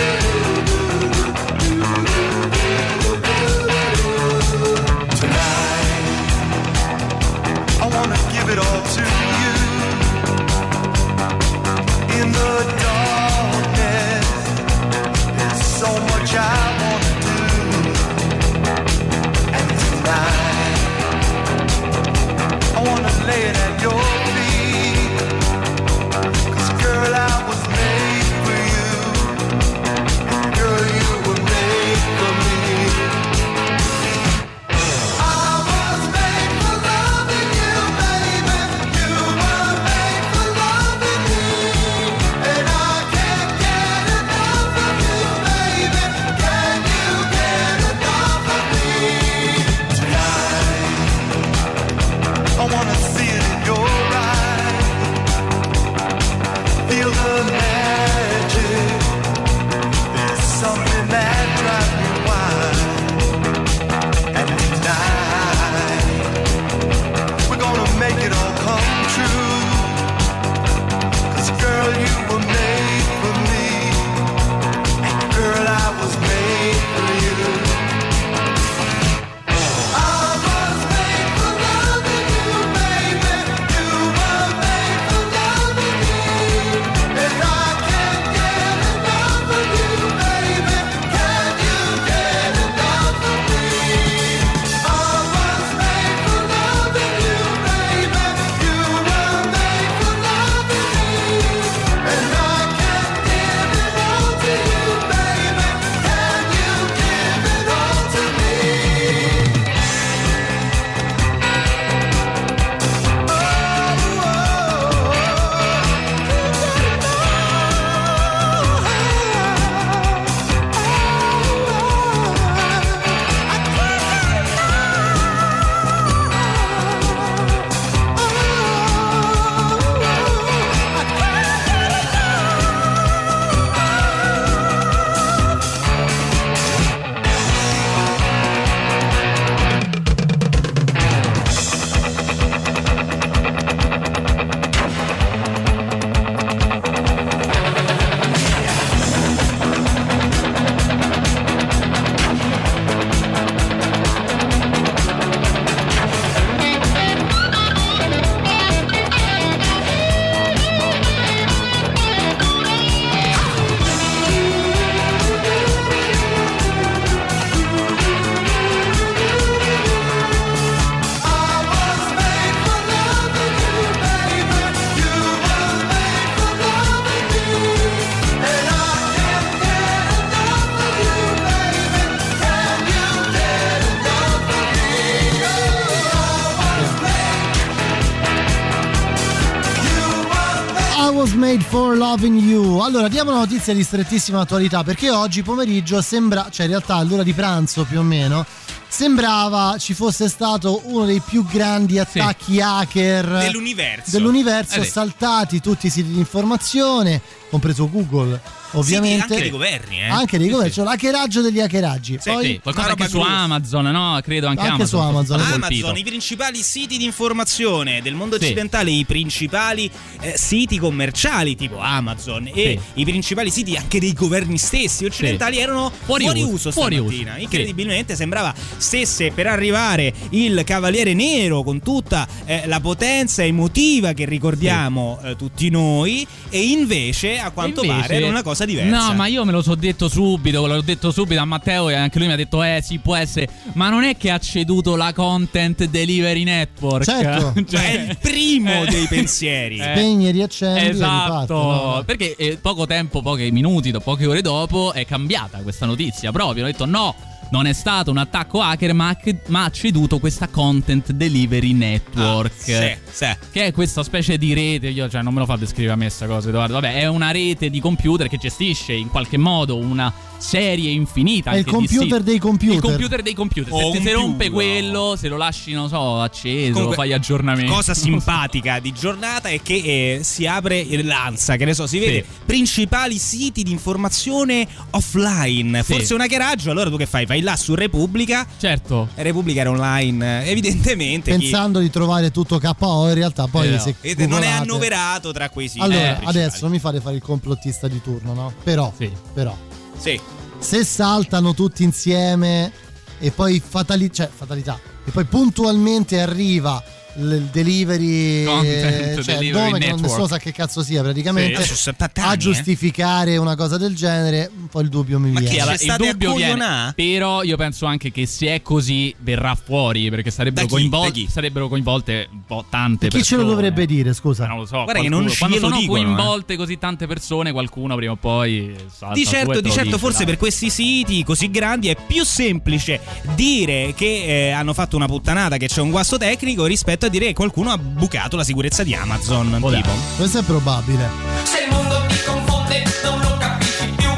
for Loving You. Allora diamo una notizia di strettissima attualità, perché oggi pomeriggio sembra, cioè in realtà all'ora di pranzo più o meno, sembrava ci fosse stato uno dei più grandi attacchi sì. hacker dell'universo, dell'universo eh saltati tutti i siti di informazione, compreso Google, ovviamente. Sì, anche dei governi, eh? Anche dei sì, governi, sì. cioè l'hackeraggi degli hackeraggi. Sì, Poi sì. Qualcosa anche su Amazon, no? Credo anche, anche Amazon. su Amazon. Amazon, i principali siti di informazione del mondo sì. occidentale, i principali eh, siti commerciali tipo Amazon e sì. i principali siti anche dei governi stessi occidentali sì. erano fuori, fuori uso, uso fuori stamattina. uso. Incredibilmente sì. sembrava stesse per arrivare il Cavaliere Nero con tutta eh, la potenza emotiva che ricordiamo sì. eh, tutti noi, e invece a quanto invece, pare era una cosa diversa. No, ma io me lo so detto subito, l'ho detto subito a Matteo, e anche lui mi ha detto eh sì, può essere, ma non è che ha ceduto la Content Delivery Network. Certo. Cioè, è il primo eh, dei pensieri. eh, Spegni, riaccendi, esatto, e riparte, no? perché eh, poco tempo, pochi minuti, poche ore dopo è cambiata questa notizia proprio. Ho detto no, non è stato un attacco hacker, ma, ma ha ceduto questa Content Delivery Network, ah, sì, sì. che è questa specie di rete. Io, cioè, non me lo fa descrivere a me sta cosa, Edoardo. Vabbè, è una rete di computer che gestisce in qualche modo una serie infinita. È il computer dei computer. Il computer dei computer. O se ti più, rompe no. quello, se lo lasci, non so, acceso, Comunque, fai aggiornamenti. Cosa simpatica di giornata è che eh, si apre l'ANSA, che ne so, si vede sì. principali siti di informazione offline. Sì. Forse un hackeraggio. Allora tu che fai? Vai là su Repubblica. Certo. Repubblica era online, evidentemente. Pensando chi... di trovare tutto K O, in realtà poi eh, se Ed non è annoverato tra quei siti. Allora, eh, adesso non mi fate fare il complottista di turno, no? Però, sì. però sì. se saltano tutti insieme e poi fatali- cioè, fatalità e poi puntualmente arriva il delivery, Content cioè delivery nome che network. nessuno sa che cazzo sia praticamente, sì. a giustificare eh. una cosa del genere, un po' il dubbio mi Ma viene. chi Allora, state il dubbio viene, a però io penso anche che se è così verrà fuori, perché sarebbero, chi? coinvolte, sarebbero coinvolte un po' tante e chi persone. ce lo dovrebbe dire, scusa? Ma non lo so. Guarda che non quando sono dicono, coinvolte eh. così tante persone, qualcuno prima o poi salta Di su certo, e te di lo certo dice, forse dai. per questi siti così grandi è più semplice dire che eh, hanno fatto una puttanata, che c'è un guasto tecnico, rispetto a dire che qualcuno ha bucato la sicurezza di Amazon. Oh, tipo. Questo è probabile. Se il mondo ti confonde non lo capisci più.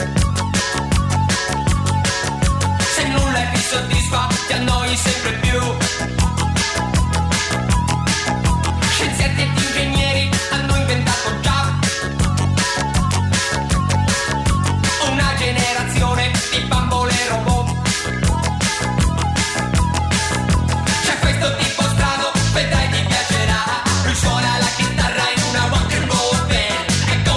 Se nulla ti soddisfa ti annoi sempre più. Scienziati ed ingegneri hanno inventato già una generazione di bambole robot. C'è questo tipo strano, vedrai ti piacerà. Lui suona la chitarra in una rock and roll band.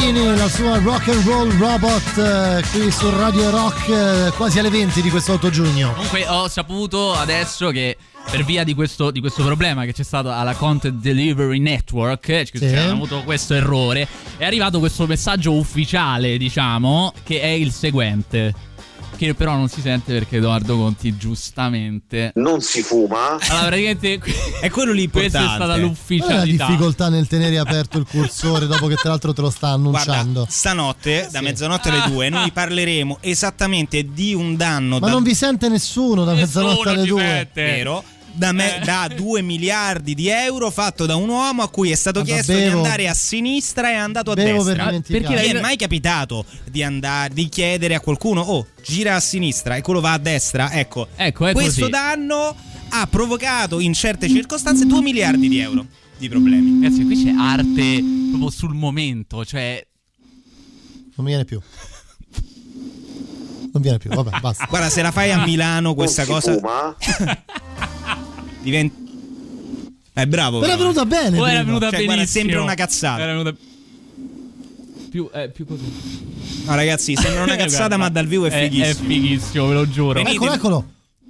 Pasolini, la sua Rock and Roll Robot, eh, qui su Radio Rock, eh, quasi alle venti di questo otto giugno. Comunque ho saputo adesso che per via di questo, di questo problema che c'è stato alla Content Delivery Network, che Sì. cioè, hanno avuto questo errore, è arrivato questo messaggio ufficiale, diciamo, che è il seguente, che però non si sente perché Edoardo Conti giustamente non si fuma. Allora praticamente è quello lì importante. Questa è stata Qual è la l'ufficialità. difficoltà nel tenere aperto il cursore dopo che tra l'altro te lo sta annunciando? Guarda, stanotte da mezzanotte alle due noi parleremo esattamente di un danno Ma da... non vi sente nessuno da mezzanotte alle due. Vero? Da, me, da due miliardi di euro fatto da un uomo a cui è stato Ma chiesto bevo- di andare a sinistra e è andato a bevo per destra. dimenticare. Perché vi è mai capitato di andare, di chiedere a qualcuno oh gira a sinistra e quello va a destra? Ecco, Ecco, è questo così. danno ha provocato in certe circostanze due miliardi di euro di problemi. Ragazzi, qui c'è arte proprio sul momento, cioè Non mi viene più. Non viene più, vabbè, basta. Guarda, se la fai a Milano questa Non si cosa fuma? diventa è bravo. Però è venuta bene. Oh, era prima. venuta Cioè, guarda, è benissimo. sempre una cazzata. Era venuta più, eh, più così. No, ragazzi, sembra una cazzata, ma dal vivo è fighissimo. È fighissimo, ve lo giuro. Venite- Eccolo, eccolo.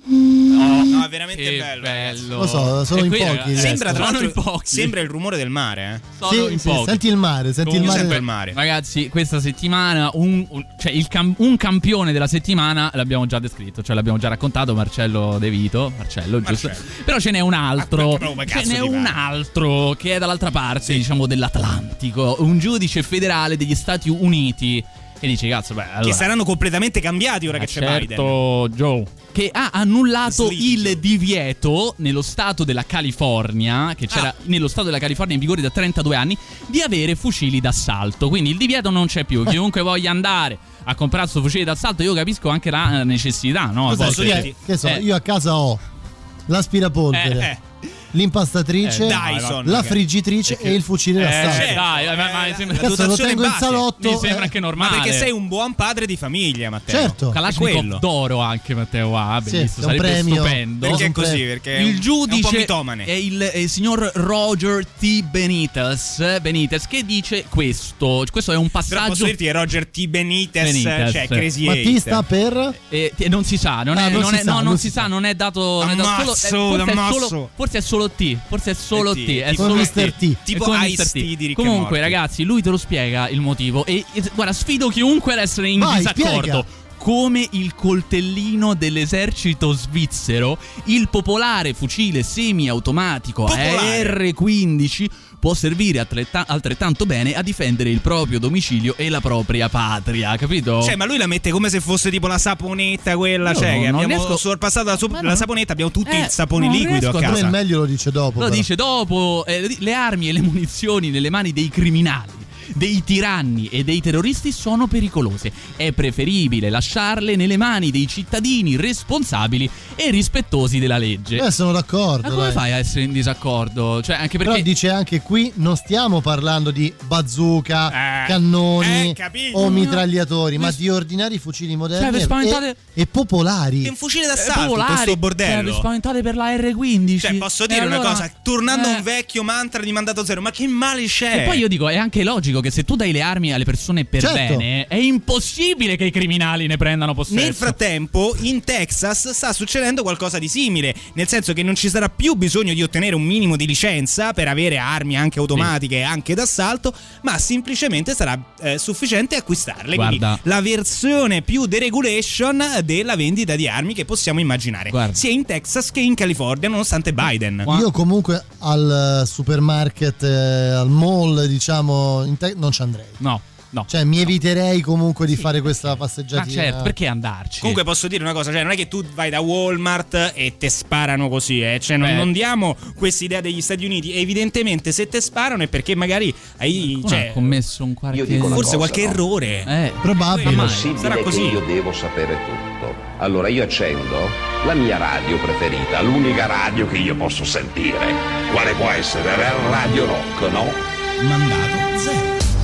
No, no, è veramente Che bello. bello. Lo so, sono E in qui, pochi. ragazzi, Sembra, tra Sono l'altro, in pochi. sembra il rumore del mare, eh. Sono Sì, in sì, pochi. senti il mare, senti il Comunque mare. sempre il mare. Ragazzi, questa settimana un, un- cioè il cam- un campione della settimana l'abbiamo già descritto, cioè l'abbiamo già raccontato, Marcello De Vito, Marcello, giusto? Marcello. Però ce n'è un altro, Ma come ce cazzo n'è ti un pare? altro che è dall'altra parte, diciamo, dell'Atlantico, un giudice federale degli Stati Uniti che dice, cazzo, beh, allora, Che saranno completamente cambiati ora ma che c'è Biden. certo, Joe, che ha annullato Slitio. il divieto nello stato della California, che c'era Ah. nello stato della California in vigore da trentadue anni, di avere fucili d'assalto. Quindi il divieto non c'è più. Chiunque voglia andare a comprare questo fucile d'assalto, io capisco anche la eh, necessità, no? A Cos'è? volte- Che, che so, Eh, io a casa ho l'aspirapolvere, Eh, eh. l'impastatrice, Eh, Dyson. la friggitrice e il fucile eh, d'assalto. cioè, dai, ma, ma mi sembra, Cazzo, lo tengo in base. salotto. mi sembra eh. anche Ma normale. perché sei un buon padre di famiglia, Matteo? Certo. È Kalashnikov quello. d'oro anche, Matteo. Ah, Sì, bellissimo, è un sarebbe premio. stupendo. Perché è Preso un così? pre- Perché è un- Il è un po' giudice mitomane. è il, è il signor Roger T. Benitez, Benitez che dice questo. Questo è un Però passaggio. posso dirti è Roger T. Benitez, Benitez. cioè Crazy Ma Eight. ti sta per? Eh, t- non si sa, non, Ah, è, non non si è- sa, no, non non si si sa, sa. non è dato. non è dato Ammazzo, solo, eh, forse, è ammazzo. solo, forse è solo T. Forse è solo T. È tipo solo mister T. Tipo È come Ice-T mister di Rick e Comunque, Morty. ragazzi, lui te lo spiega il motivo. E, e guarda, sfido chiunque ad essere in Vai, disaccordo. spiega. Come il coltellino dell'esercito svizzero, il popolare fucile semiautomatico Popolare. R quindici può servire atletta- altrettanto bene a difendere il proprio domicilio e la propria patria, capito? Cioè, ma lui la mette come se fosse tipo la saponetta quella, Io cioè non- che non abbiamo riesco- sorpassato la, so- Ma la no. saponetta, abbiamo tutti Eh, il sapone non liquido riesco a a A me il casa. meglio lo dice dopo. Lo però. dice dopo, eh, le armi e le munizioni nelle mani dei criminali, dei tiranni e dei terroristi sono pericolose. È preferibile lasciarle nelle mani dei cittadini responsabili e rispettosi della legge. Eh, sono d'accordo. Ma come dai. fai a essere in disaccordo? Cioè, anche perché Però dice anche qui non stiamo parlando di bazooka, Eh, cannoni eh, capito. o mitragliatori, ma di ordinari fucili moderni Cioè, vi e- spaventate- e, e popolari. È un fucile eh, d'assalto, popolari, questo cioè, vi bordello. spaventate per la R quindici. Cioè, posso E dire una allora- cosa, tornando a eh. un vecchio mantra di mandato zero, ma che male c'è? E poi io dico, è anche logico che se tu dai le armi alle persone per Certo. bene, è impossibile che i criminali ne prendano possesso. Nel frattempo, in Texas sta succedendo qualcosa di simile, nel senso che non ci sarà più bisogno di ottenere un minimo di licenza per avere armi anche automatiche e anche d'assalto, ma semplicemente sarà eh, sufficiente acquistarle. Guarda. Quindi la versione più deregulation della vendita di armi che possiamo immaginare, Guarda. sia in Texas che in California, nonostante Biden. Io comunque al eh, supermarket, eh, al mall, diciamo, in te- non ci andrei. No, no. Cioè, mi eviterei comunque di fare questa Ma passeggiatina. certo, perché andarci? Comunque posso dire una cosa, cioè non è che tu vai da Walmart e te sparano così, eh. Cioè non, Beh. non diamo questa idea degli Stati Uniti. Evidentemente se te sparano è perché magari hai Qualcuno cioè, ha commesso un qualche... Io dico una forse cosa, qualche no? errore. Eh, Probabile. È Mai. possibile Sarà che così. io devo sapere tutto. Allora io accendo la mia radio preferita, l'unica radio che io posso sentire. Quale può essere? La Radio Rock, no? Mandato zero.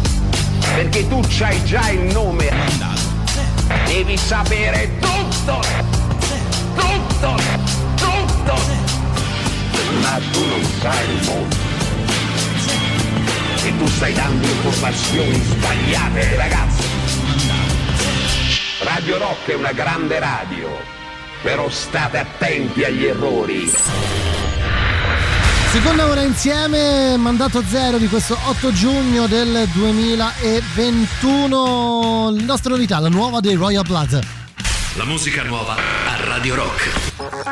Perché tu c'hai già il nome. Mandato zero. Devi sapere tutto! Tutto! Tutto! Ma tu non sai molto. e tu stai dando informazioni sbagliate, ragazzi. Radio Rock è una grande radio, però state attenti agli errori. Seconda ora insieme, mandato zero di questo otto giugno del duemilaventuno. La nostra novità, la nuova dei Royal Blood. La musica nuova a Radio Rock.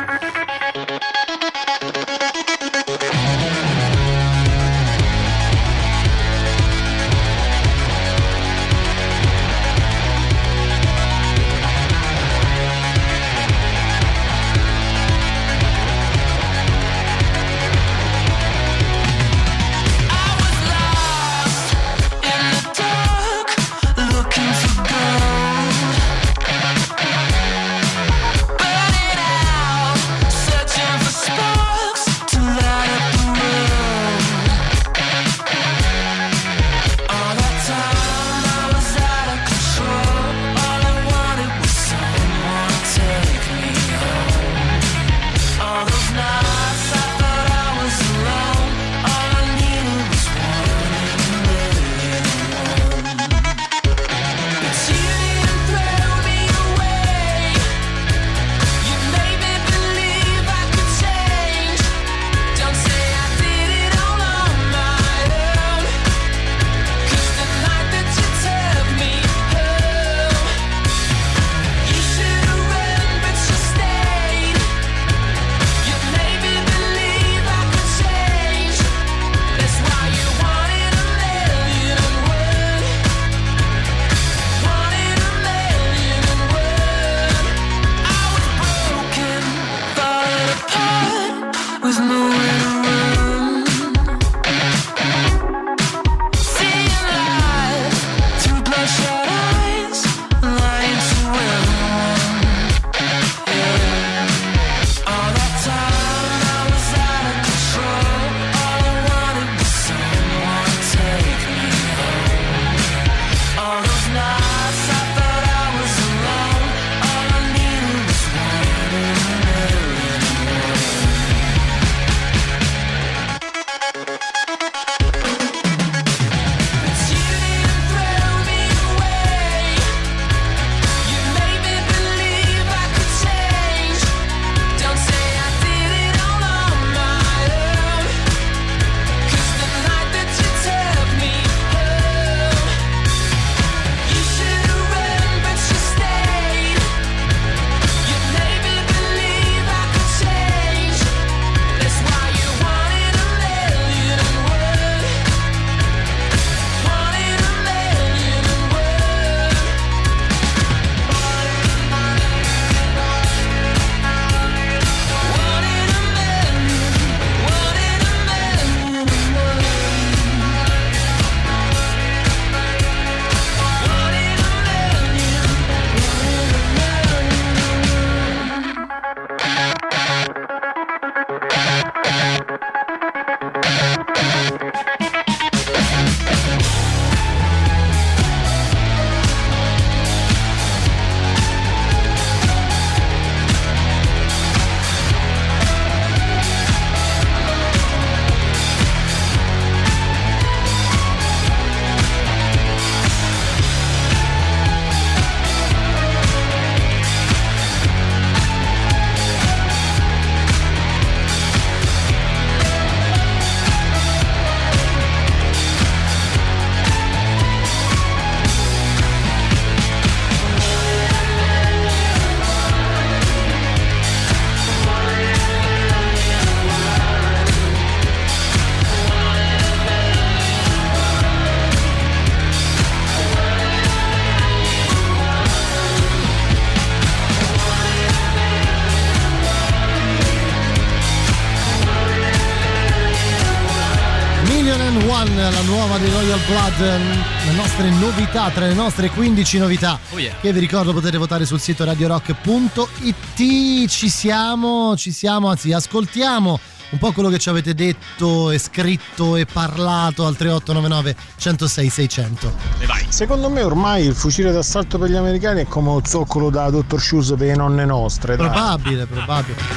La nuova dei Royal Blood, le nostre novità, tra le nostre quindici novità oh yeah. che vi ricordo potete votare sul sito radio rock punto it. Ci siamo, ci siamo, anzi ascoltiamo un po' quello che ci avete detto e scritto e parlato al tre otto nove nove uno zero sei sei zero zero. E vai. Secondo me ormai il fucile d'assalto per gli americani è come un zoccolo da dottor Shoes per le nonne nostre. Probabile, dai. probabile.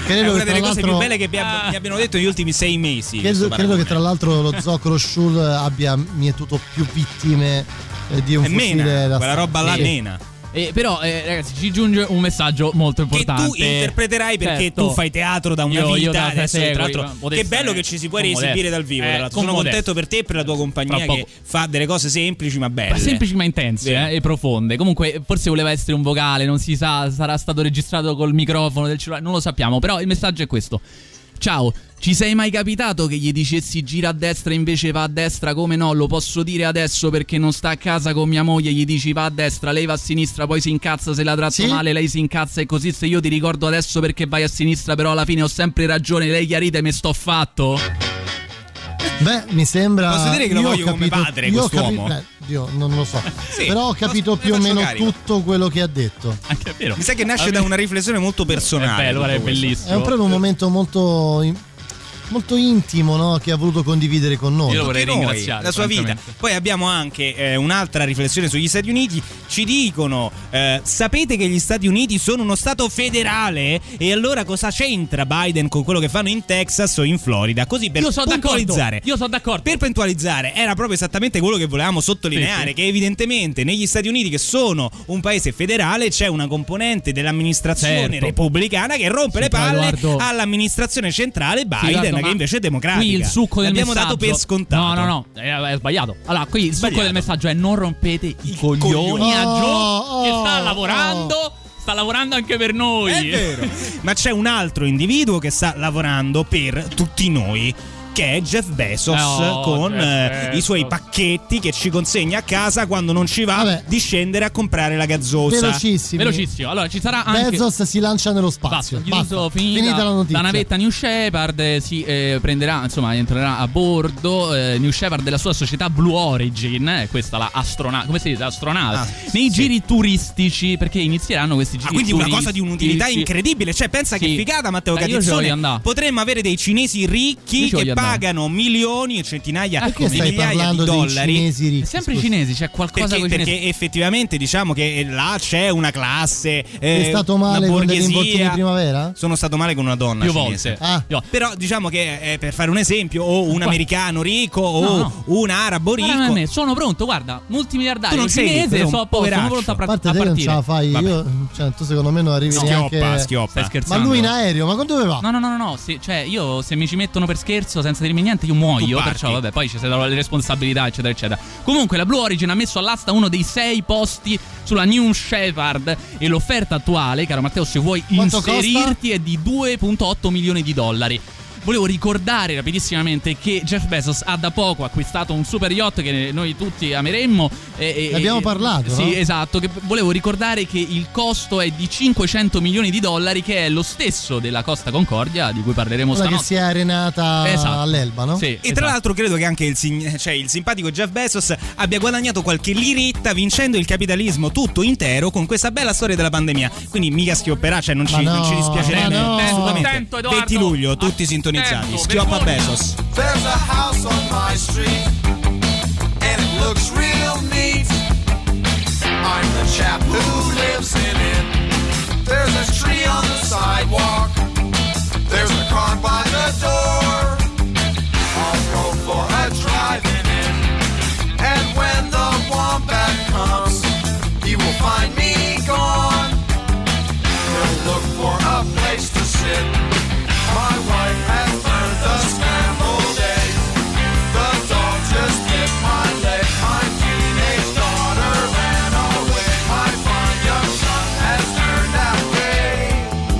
Credo è una che delle tra cose l'altro- più belle che abbia- mi abbiano detto negli ultimi sei mesi. Credo, questo credo paragone. che tra l'altro lo zoccolo Schul abbia mietuto più vittime eh, di un È fucile mena, da quella roba là Sì. mena. Eh, però eh, ragazzi ci giunge un messaggio molto importante. Che tu interpreterai perché Certo. tu fai teatro da una Io- io vita. da- Adesso, seguo, tra l'altro, io- che modestamente, bello che ci si può con esibire modesto. dal vivo. Eh, tra l'altro. con Sono modesto. contento per te e per la tua compagnia Fra che poco. fa delle cose semplici ma belle. Ma semplici ma intense Vero. eh, e profonde. Comunque, forse voleva essere un vocale, non si sa, sarà stato registrato col microfono del cellulare, non lo sappiamo. Però il messaggio è questo: ciao, ci sei mai capitato che gli dicessi gira a destra e invece va a destra? Come no, lo posso dire adesso perché non sta a casa con mia moglie. Gli dici va a destra, lei va a sinistra, poi si incazza se la tratto Sì? male, lei si incazza e così. Se io ti ricordo adesso perché vai a sinistra, però alla fine ho sempre ragione, lei chiarite me sto fatto. Beh, mi sembra. Posso dire che lo io ho voglio come capito- padre, io ho quest'uomo? capi- eh, Dio, non lo so. Sì, Però ho capito posso- più o ne faccio meno carico. tutto quello che ha detto. Anche è vero. Mi sa che nasce da una riflessione molto personale. È bello, guarda, è tutto questo. bellissimo. È un, proprio un momento molto, in- molto intimo, no? Che ha voluto condividere con noi. Io lo vorrei Tutti noi, ringraziare, la sua vita. francamente. Poi abbiamo anche eh, un'altra riflessione sugli Stati Uniti. Ci dicono: eh, sapete che gli Stati Uniti sono uno stato federale? E allora cosa c'entra Biden con quello che fanno in Texas o in Florida? Così per Io sono d'accordo. puntualizzare. Io sono d'accordo. Per puntualizzare, era proprio esattamente quello che volevamo sottolineare: Sì, sì. che evidentemente negli Stati Uniti, che sono un paese federale, c'è una componente dell'amministrazione Certo. repubblicana che rompe Sì, le però, palle Edoardo- all'amministrazione centrale Biden, Edoardo, che ma invece è democratica. Qui il succo del L'abbiamo messaggio dato per scontato. No, no, no, è, è sbagliato. Allora, qui il succo Sbagliato. del messaggio è non rompete i coglioni coglioni. a Joe Oh, che oh, sta lavorando, sta lavorando anche per noi. È vero. Ma c'è un altro individuo che sta lavorando per tutti noi, che è Jeff Bezos, Oh, con Jeff eh, Bezos. i suoi pacchetti che ci consegna a casa quando non ci va Vabbè. di scendere a comprare la gazzosa. Velocissimi. Velocissimo. Allora, ci sarà anche Bezos si lancia nello Basta, spazio. chiuso, Basta. finita, Finita la notizia. la navetta New Shepard eh, si eh, prenderà, insomma, entrerà a bordo. eh, New Shepard della sua società Blue Origin, eh, questa la astronave, come si dice, astronave, Ah, nei sì. giri turistici, perché inizieranno questi giri Ah, quindi una cosa di un'utilità turistici. incredibile. Cioè, pensa Sì. che figata, Matteo Eh, io ci Catizzone. voglio andare. Potremmo avere dei cinesi Io ricchi ci che voglio andare. pagano milioni e centinaia Perché di stai migliaia parlando di dei dollari. cinesi ricchi? È sempre scusa? cinesi, c'è qualcosa Perché, con i cinesi. perché effettivamente diciamo che là c'è una classe. Sei eh, stato male una con degli involtini borghesia. di primavera? Sono stato male con una donna Più cinese. volte. Ah. Io- Però diciamo che eh, per fare un esempio, o un Qua- americano ricco o No, no. un arabo Guarda ricco. me, sono pronto, guarda, Tu multimiliardario non sei cinese, ricco, sei un so a posto, sono poveraccio. pronto a, A pra- parte a te che non ce partire. la fai, Vabbè. io, cioè, tu secondo me non arrivi Schioppa, neanche. schioppa. Stai Ma scherzando? lui in aereo, ma dove va? No, no, no, no, no, sì, cioè io se mi ci mettono per scherzo senza dirmi niente io muoio, Tu perciò parti. vabbè, poi ci saranno le responsabilità, eccetera, eccetera. Comunque la Blue Origin ha messo all'asta uno dei sei posti sulla New Shepard e l'offerta attuale, caro Matteo, se vuoi Quanto inserirti è di due virgola otto milioni di dollari. Volevo ricordare rapidissimamente che Jeff Bezos ha da poco acquistato un super yacht che noi tutti ameremmo. E, e- Ne abbiamo parlato, Sì, no? esatto. Che volevo ricordare che il costo è di cinquecento milioni di dollari, che è lo stesso della Costa Concordia, di cui parleremo Quella che stanotte. si è arenata Esatto. all'Elba, no? Sì, E esatto. tra l'altro credo che anche il, sign- cioè il simpatico Jeff Bezos abbia guadagnato qualche liritta vincendo il capitalismo tutto intero con questa bella storia della pandemia. Quindi mica schiopperà, cioè non ci, Ma no, non ci dispiacerebbe ma no. assolutamente. Attento, Edoardo. venti luglio, tutti sintonizzati. Attento, Schioppa vergogna. Bezos. There's a house on my street, and it looks real neat. I'm the chap who lives in it. There's a tree on the sidewalk. There's a car by the door. I'll go for a drive in it. And when the wombat comes, he will find me gone. He'll look for a place to sit. My wife has learned the scrambled eggs. The dog just bit my leg. My teenage daughter ran away. My fine young son has turned out gay.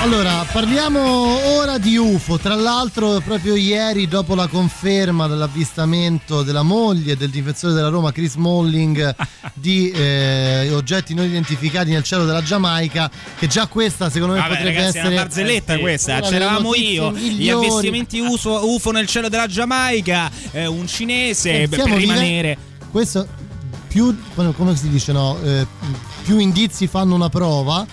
Allora, parliamo ora di U F O. Tra l'altro, proprio ieri, dopo la conferma dell'avvistamento della moglie del difensore della Roma, Chris Smalling, di eh, oggetti non identificati nel cielo della Giamaica, che già questa, secondo me, Vabbè, potrebbe ragazzi, essere è una barzelletta, eh, sì, questa. una C'eravamo delle io, notizie gli migliori. avvistamenti U F O, U F O nel cielo della Giamaica, eh, un cinese Eh, per stiamo vive- rimanere. Questo più, come si dice, no? Eh, più indizi fanno una prova.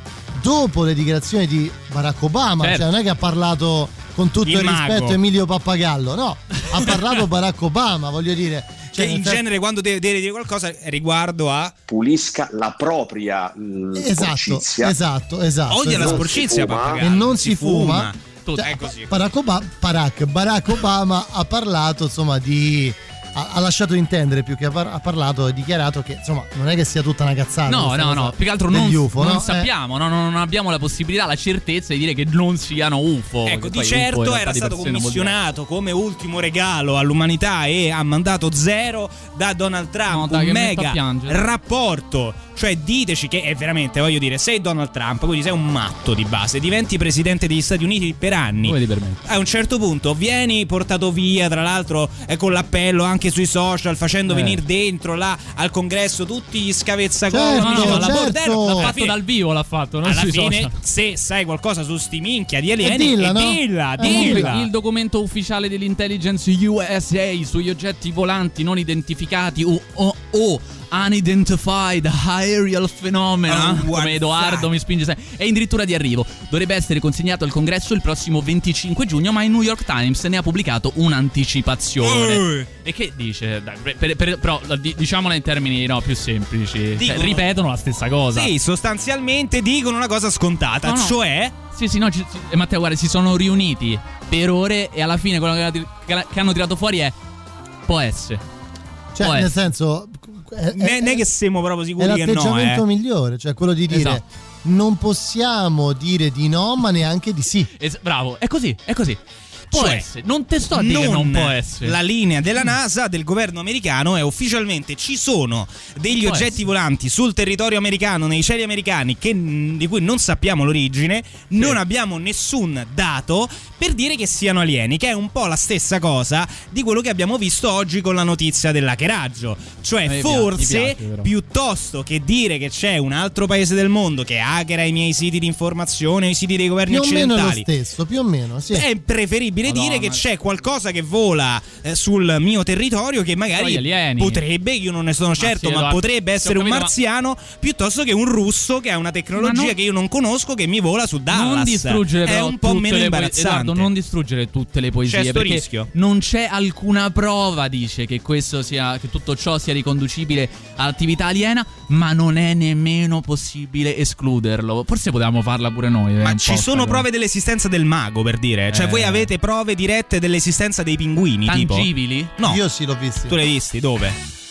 Dopo le dichiarazioni di Barack Obama, Certo. cioè non è che ha parlato con tutto il, Il mago. rispetto Emilio Pappagallo, no, ha parlato Barack Obama, voglio dire. Cioè, in nel genere quando deve, deve dire qualcosa riguardo a pulisca la propria mh, Esatto, sporcizia. esatto, esatto. odia la esatto. sporcizia, Pappagallo. E non Si si fuma. fuma. Tutto, Cioè, è così. Barack Obama, Barack, Barack Obama ha parlato, insomma, di ha, ha lasciato intendere, più che ha, par- ha parlato e dichiarato che, insomma, non è che sia tutta una cazzata. No, questa no, cosa no, più che altro non, degli U F O, non no? sappiamo, no, non abbiamo la possibilità, la certezza di dire che non siano U F O. Ecco, che di poi U F O in certo realtà era di stato per sé non vuol dire- commissionato come ultimo regalo all'umanità e ha mandato zero da Donald Trump, No, dai, un che mi metto a mega piangere. rapporto. Cioè diteci che è veramente, voglio dire, sei Donald Trump, quindi sei un matto di base, diventi presidente degli Stati Uniti per anni. Come ti permetti? A un certo punto vieni portato via, tra l'altro eh, con l'appello anche sui social, facendo Eh. venire dentro là al congresso tutti gli scavezzaconi, Certo, dicevano, la certo. bordello, L'ha alla fatto fine- dal vivo, l'ha fatto, non alla sui fine, social. se sai qualcosa su sti minchia di alieni, dilla, e no? dilla, Eh, dilla. Il documento ufficiale dell'intelligence U S A sugli oggetti volanti non identificati o, o, o unidentified aerial phenomena, Oh, what's come Edoardo that? mi spinge sempre, è addirittura di arrivo. Dovrebbe essere consegnato al congresso il prossimo venticinque giugno, ma il New York Times ne ha pubblicato un'anticipazione. Uh. E che dice? Dai, per- per- per- però di- diciamola in termini no, più semplici. Cioè, Dicono- ripetono la stessa cosa. Sì, sostanzialmente dicono una cosa scontata, No, no. cioè Sì, sì, no, ci- ci- eh, Matteo, guarda, si sono riuniti per ore e alla fine quello che, che- che hanno tirato fuori è può essere. Cioè, Può nel essere. senso, è, non è- è che siamo proprio è sicuri che no, l'atteggiamento eh. migliore, cioè quello di dire Esatto. non possiamo dire di no, ma neanche di sì. Es- bravo, è così, è così. Può Cioè, essere, non te sto a dire che non può essere. La linea della NASA, del governo americano, è ufficialmente ci sono degli Può oggetti essere. volanti sul territorio americano, nei cieli americani, che, di cui non sappiamo l'origine, non abbiamo nessun dato per dire che siano alieni, che è un po' la stessa cosa di quello che abbiamo visto oggi con la notizia dell'hackeraggio. Cioè, A me piace, forse, mi piace, però. piuttosto che dire che c'è un altro paese del mondo che hackera i miei siti di informazione, i siti dei governi Più o meno è lo occidentali, stesso, più o meno, sì. è preferibile Madonna. dire che c'è qualcosa che vola eh, sul mio territorio che Sono magari gli alieni. potrebbe, io non ne sono certo, sì, ma Edoardo, potrebbe ho essere un capito, ma- marziano piuttosto che un russo che ha una tecnologia Ma non- che io non conosco che mi vola su Dallas. Non distruggere è però un po' tutte meno le poe- imbarazzante. Edoardo, non distruggere tutte le poesie C'è sto perché rischio. non c'è alcuna prova, dice, che questo sia che tutto ciò sia riconducibile all'attività aliena, ma non è nemmeno possibile escluderlo. Forse potevamo farla pure noi. eh, Ma un ci po' sono sta prove dell'esistenza del mago, per dire. Cioè, Eh. voi avete prove dirette dell'esistenza dei pinguini, tipo? Tangibili? No. Io sì l'ho visto. Tu l'hai visti? Dove?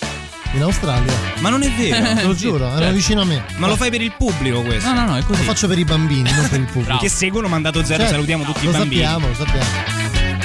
In Australia. Ma non è vero. Te lo Sì, giuro, erano certo. vicino a me. Ma lo fai per il pubblico questo? No, no, no, è Lo così. faccio per i bambini, non per il pubblico. Che seguono Mandato Zero, Certo, salutiamo tutti lo i bambini. sappiamo, lo sappiamo.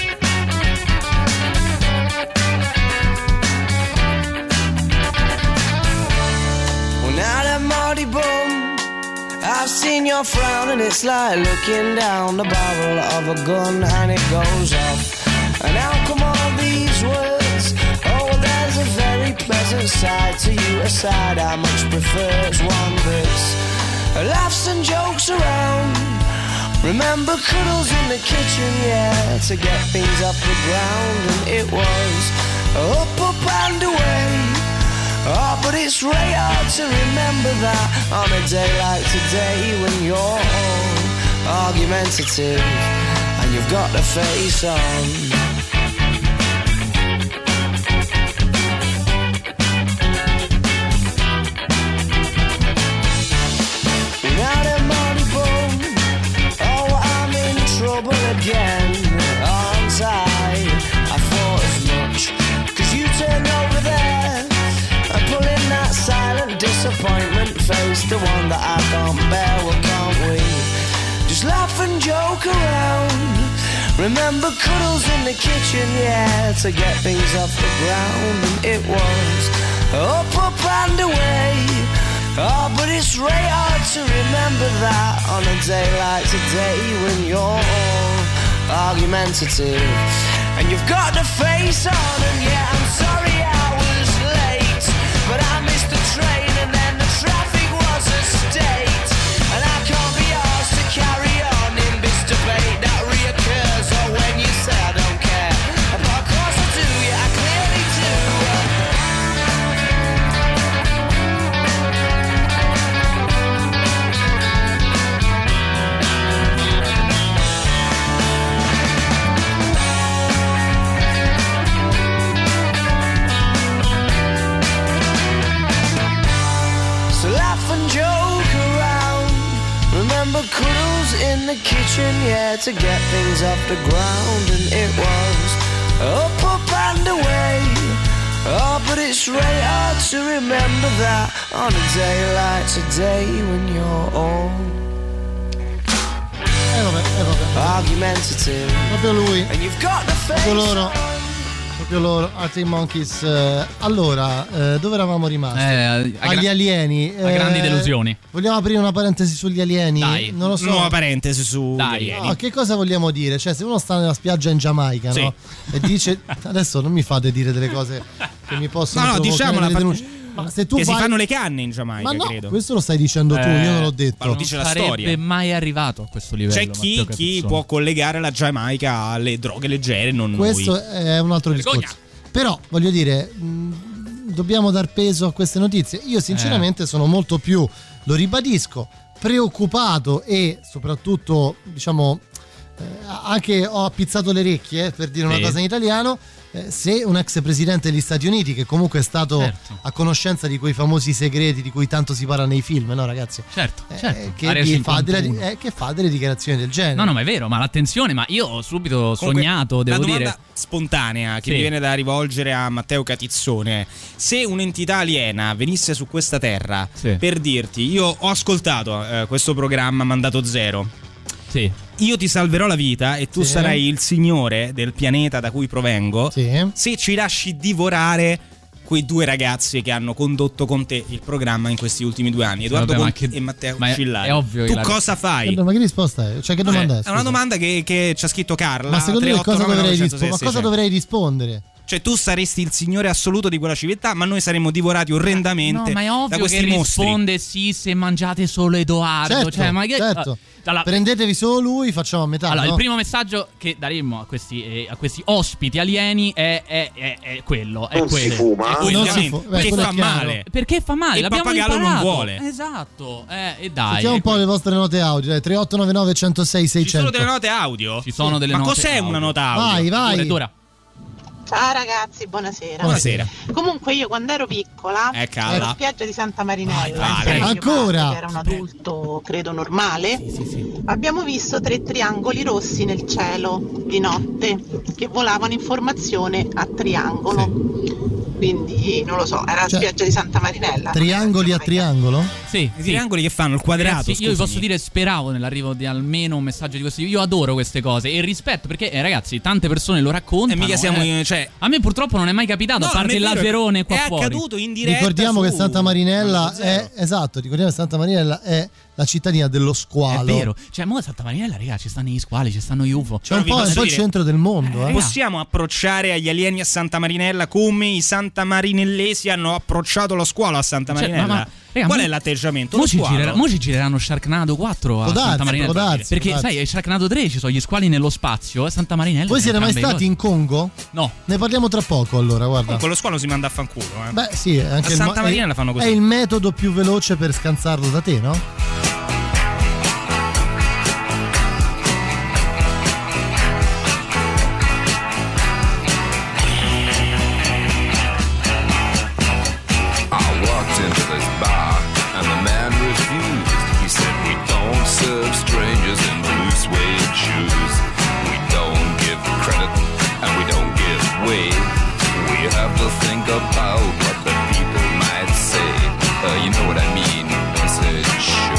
When out at Marty Boom, I've seen your frown and it's like looking down the barrel of a gun and it goes off. And how come all these words? Oh, there's a very pleasant side to you, a side I much prefer. It's one that's laughs and jokes around. Remember cuddles in the kitchen, yeah, to get things off the ground. And it was up, up and away. Oh, but it's really hard to remember that on a day like today when you're all argumentative and you've got the face on. Now that money boom, oh, I'm in trouble again, aren't I? I thought as much, 'cause you turned over there and pulling that silent disappointment face, the one that I can't bear. Well, can't we just laugh and joke around? Remember cuddles in the kitchen, yeah, to get things off the ground. And it was up, up and away. Oh, but it's it's really hard to remember that on a day like today when you're all argumentative and you've got the face on, and yeah, I'm sorry I was late, but I missed the train and then the traffic was a state, and I can't be asked to carry on in this debate that reoccurs, or when you say I don't care, but of course I do, yeah, I clearly do. Cuddles in the kitchen, yeah, to get things off the ground, and it was up, up and away. Oh, but it's really hard to remember that on a day like today when you're all eh, vabbè, eh, vabbè. argumentative. Proprio lui. And you've got the face. Proprio loro. Proprio loro, Arctic Monkeys. Eh, allora, eh, dove eravamo rimasti? Eh, a Agli gra- alieni. a grandi delusioni. Vogliamo aprire una parentesi sugli alieni? Dai, non lo so. nuova parentesi su Dai. alieni. No, che cosa vogliamo dire? Cioè, se uno sta nella spiaggia in Giamaica, Sì. no? E dice adesso non mi fate dire delle cose che mi possono No, no, provocare diciamola, delle fa- denunce. Ma se tu che vai... si fanno le canne in Giamaica, Ma no, credo. questo lo stai dicendo tu, Eh, io non l'ho detto. ma lo dice non la sarebbe storia. mai arrivato a questo livello. C'è chi, Matteo chi Capizzone. può collegare la Giamaica alle droghe leggere, non Questo noi. è un altro Vergogna. discorso. Però, voglio dire, mh, dobbiamo dar peso a queste notizie. Io sinceramente Eh. sono molto più, lo ribadisco, preoccupato e soprattutto, diciamo, eh, anche ho appizzato le orecchie, eh, per dire una Sì. cosa in italiano, eh, se un ex presidente degli Stati Uniti, che comunque è stato Certo. a conoscenza di quei famosi segreti di cui tanto si parla nei film, no ragazzi? Certo, Eh, certo. che, Area di- fa delle, cinquantuno. eh, che fa delle dichiarazioni del genere. No, no, ma è vero, ma l'attenzione, ma io ho subito Comunque, sognato, devo una domanda dire. spontanea che Sì. mi viene da rivolgere a Matteo Catizzone: se un'entità aliena venisse su questa terra Sì. per dirti io ho ascoltato eh, questo programma Mandato Zero, Sì. io ti salverò la vita e tu Sì. sarai il signore del pianeta da cui provengo, Sì. se ci lasci divorare quei due ragazzi che hanno condotto con te il programma in questi ultimi due anni, Edoardo Vabbè, ma Conti che- e Matteo ma è- Scillari, è ovvio che tu la- cosa fai? Ma che risposta è? Cioè, che domanda è? è una scusa? domanda che, che ci ha scritto Carla. Ma secondo te tre otto cosa nove nove dovrei, uno zero rispo- sei ma cosa sei dovrei rispondere? Cioè tu saresti il signore assoluto di quella civiltà, ma noi saremmo divorati orrendamente No, ma è da ovvio questi che mostri. risponde sì se mangiate solo Edoardo. Certo, Cioè, ma che... certo. Allora, Prendetevi solo lui, facciamo a metà. allora, no? il primo messaggio che daremmo a questi, eh, a questi ospiti alieni è, è, è, è quello. È Non si quello. fuma? È Non quello. si fu- beh, Perché quello è fa chiaro. male. Perché fa male, Il l'abbiamo pappagallo non imparato. vuole. Esatto, eh, e dai. Sentiamo un e po' que- le vostre note audio, dai, tre otto nove nove uno zero sei Ci sono seicento. delle note audio? Ci sono delle ma note cos'è audio. una nota audio? Vai, vai. Dura, dura. Ciao ragazzi, buonasera. Buonasera. Comunque io quando ero piccola Eh, Carla. ero in spiaggia di Santa Marinella, Vai, vai. insieme a mio Ancora? padre, che era un adulto credo normale. Abbiamo visto tre triangoli rossi nel cielo di notte che volavano in formazione a triangolo. Quindi non lo so, era la Cioè, spiaggia di Santa Marinella. Triangoli a triangolo? Sì, I sì. triangoli che fanno il quadrato, Ragazzi, io vi scusami. posso dire, speravo nell'arrivo di almeno un messaggio di questo. Io adoro queste cose e rispetto perché, eh, ragazzi, tante persone lo raccontano. E mica siamo eh. in- cioè- A me purtroppo non è mai capitato, No, a parte non il è vero, laserone qua è fuori. accaduto in diretta. Ricordiamo su che Santa Marinella Mandato Zero. è esatto, ricordiamo che Santa Marinella è la cittadina dello È squalo. vero. Cioè, mo' a Santa Marinella, ragazzi, ci stanno gli squali, ci stanno gli U F O. Cioè, un vi po', è un posso po' il dire- centro del mondo, eh. Possiamo approcciare agli alieni a Santa Marinella come i santamarинellesi hanno approcciato lo squalo a Santa Cioè, Marinella? ma- ma- raga, Qual mo- è l'atteggiamento? Mo Lo ci, squalo? girerà- mo ci gireranno Sharknado quattro a Può darsi, Santa Marinella. può darsi, Perché, può darsi. sai, a Sharknado tre ci sono gli squali nello spazio, a Santa Marinella. Voi ci sono siete mai entrambe stati le in Congo? cose. No. Ne parliamo tra poco allora, guarda. Comunque lo squalo si manda a fanculo, eh. Beh, sì, è anche A il, Santa mo- Marinella è- fanno così. è il metodo più veloce per scansarlo da te, no? I walked into this bar and the man refused. He said, we don't serve strangers in blue suede shoes. We don't give credit and we don't give way. We have to think about what the people might say. Uh, you know what I mean? I said, sure.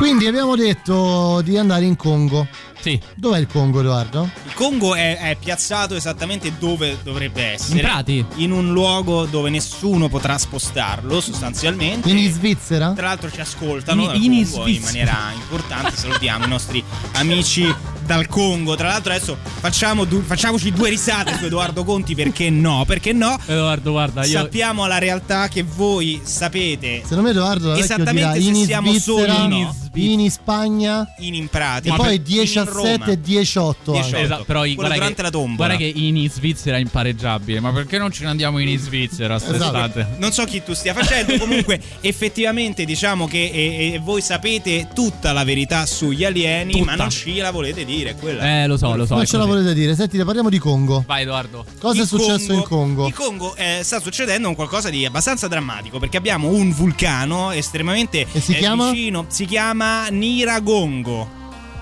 Quindi abbiamo detto di andare in Congo. Sì. Dov'è il Congo, Edoardo? Il Congo è, è piazzato esattamente dove dovrebbe essere. In Prati? In un luogo dove nessuno potrà spostarlo, sostanzialmente. In Svizzera? Tra l'altro ci ascoltano In- dal in Congo in Svizzera. maniera importante. Salutiamo i nostri amici dal Congo. Tra l'altro adesso facciamo du- facciamoci due risate su Edoardo Conti, perché no? Perché no? Edoardo, guarda, io... Sappiamo la realtà che voi sapete. Secondo me Edoardo la vecchio dirà esattamente in se siamo Svizzera, soli no. in Spagna in Imprati. e Ma poi per- diciassette e diciotto. diciotto. Esatto, però Quello guarda durante che, la tombola. guarda che in Svizzera è impareggiabile. Ma perché non ce ne andiamo in Svizzera quest'estate? Esatto. Non so chi tu stia facendo. Comunque effettivamente diciamo che e, e voi sapete tutta la verità sugli alieni, Tutta. ma non ce la volete dire quella. Eh, lo so, lo so. Non è ce la così. volete dire? Senti, parliamo di Congo. Vai, Edoardo. Cosa è In successo in Congo? In Congo eh, sta succedendo un qualcosa di abbastanza drammatico, perché abbiamo un vulcano estremamente E si eh, chiama? vicino. Si chiama Niragongo.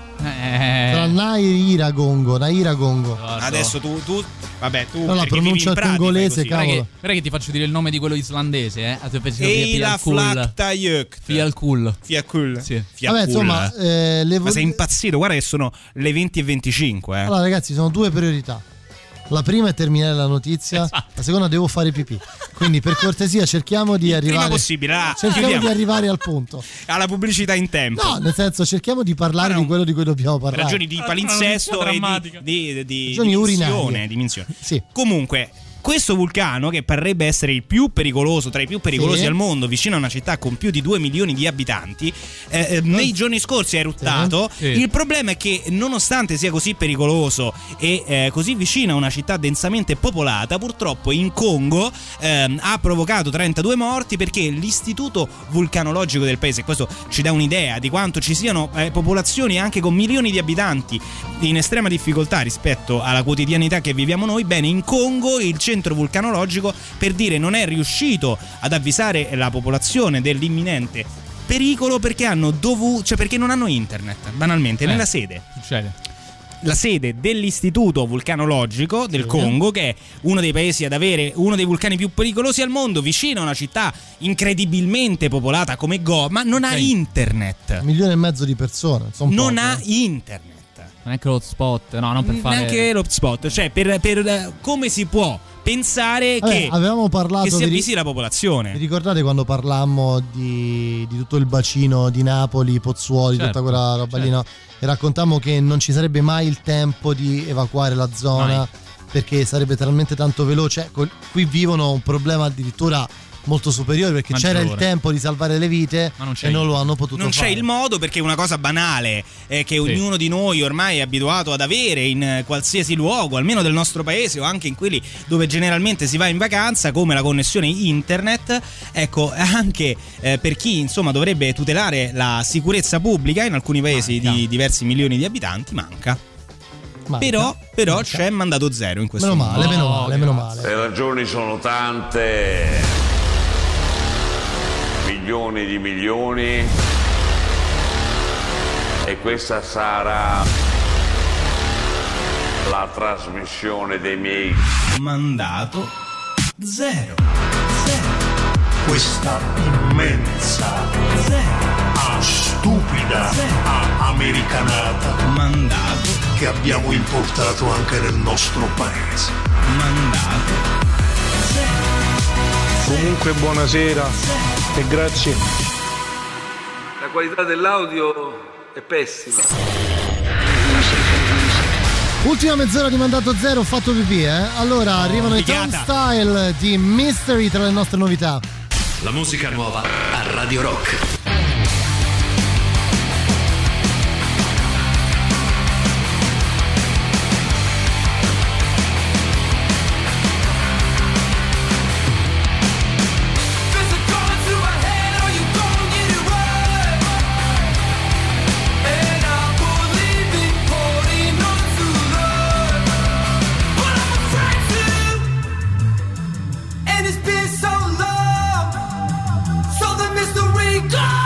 Eh, Tra Naira Gongo, Naira Gongo. Edoardo. Adesso tu, tu vabbè, tu No, la perché vivi pronuncia in Prati, congolese, fai così. Guarda cavolo. che, guarda che ti faccio dire il nome di quello islandese, eh? A te pensi che Eila Fialkul. Flaktayökt. Fialkul. Fialkul. Sì. Fialkul. Vabbè, insomma, eh, le vo- Ma sei impazzito? Guarda che sono le venti e venticinque. Eh. Allora, ragazzi, sono due priorità. La prima è terminare la notizia, Esatto. la seconda devo fare pipì. Quindi per cortesia cerchiamo di Il arrivare prima possibile, ah, cerchiamo chiudiamo. di arrivare al punto. Alla pubblicità in tempo. No, nel senso, cerchiamo di parlare Ma no, di quello di cui dobbiamo Per parlare. ragioni di palinsesto e di, di, di, Ragioni di urinarie. minzione, di minzione. Sì. Comunque, questo vulcano, che parrebbe essere il più pericoloso, tra i più pericolosi Sì. al mondo, vicino a una città con più di due milioni di abitanti, eh, eh, nei giorni scorsi è eruttato. Sì. Il problema è che, nonostante sia così pericoloso e eh, così vicino a una città densamente popolata, purtroppo in Congo ehm, ha provocato trentadue morti, perché l'istituto vulcanologico del paese, questo ci dà un'idea di quanto ci siano eh, popolazioni anche con milioni di abitanti in estrema difficoltà rispetto alla quotidianità che viviamo noi. Bene, in Congo il centro vulcanologico, per dire, non è riuscito ad avvisare la popolazione dell'imminente pericolo, perché hanno dovuto, cioè perché non hanno internet, banalmente, Eh. nella sede. Succede. La sede dell'istituto vulcanologico del Sì. Congo, che è uno dei paesi ad avere uno dei vulcani più pericolosi al mondo, vicino a una città incredibilmente popolata come Goma, non ha Ok. internet. Un milione e mezzo di persone. sono Non poche, ha eh. internet. Neanche l'hotspot, no, non per fare. Neanche l'hotspot, cioè per, per eh, come si può pensare Vabbè, che, avevamo parlato che si vi ri- avvisi la Vi popolazione. ricordate quando parlammo di, di tutto il bacino di Napoli, Pozzuoli, Certo, tutta quella roba lì, no? E raccontammo che non ci sarebbe mai il tempo di evacuare la zona, Mai. perché sarebbe talmente tanto veloce. Col- qui vivono un problema addirittura molto superiore, perché c'era il Maggiore. tempo di salvare le vite Ma non c'è e non il- lo hanno potuto Non fare. c'è il modo, perché è una cosa banale eh, che ognuno di noi ormai è abituato ad avere in eh, qualsiasi luogo, almeno del nostro paese o anche in quelli dove generalmente si va in vacanza, come la connessione internet. Ecco, anche eh, per chi insomma dovrebbe tutelare la sicurezza pubblica, in alcuni paesi Manca. di diversi milioni di abitanti manca. Manca. Però, però Manca. c'è mandato zero in questo Meno male, momento. meno male, meno male. Le ragioni sono tante, milioni di milioni, e questa sarà la trasmissione dei miei Mandato zero. Questa immensa, ah, stupida, ah, americanata Mandato, che abbiamo importato anche nel nostro paese. mandato. Comunque buonasera e grazie. La qualità dell'audio è pessima. Ultima mezz'ora di mandato zero, ho fatto pipì, eh? Allora arrivano i Tom figata. Style di Mystery tra le nostre novità. La musica nuova a Radio Rock. And it's been so long, so the mystery goes.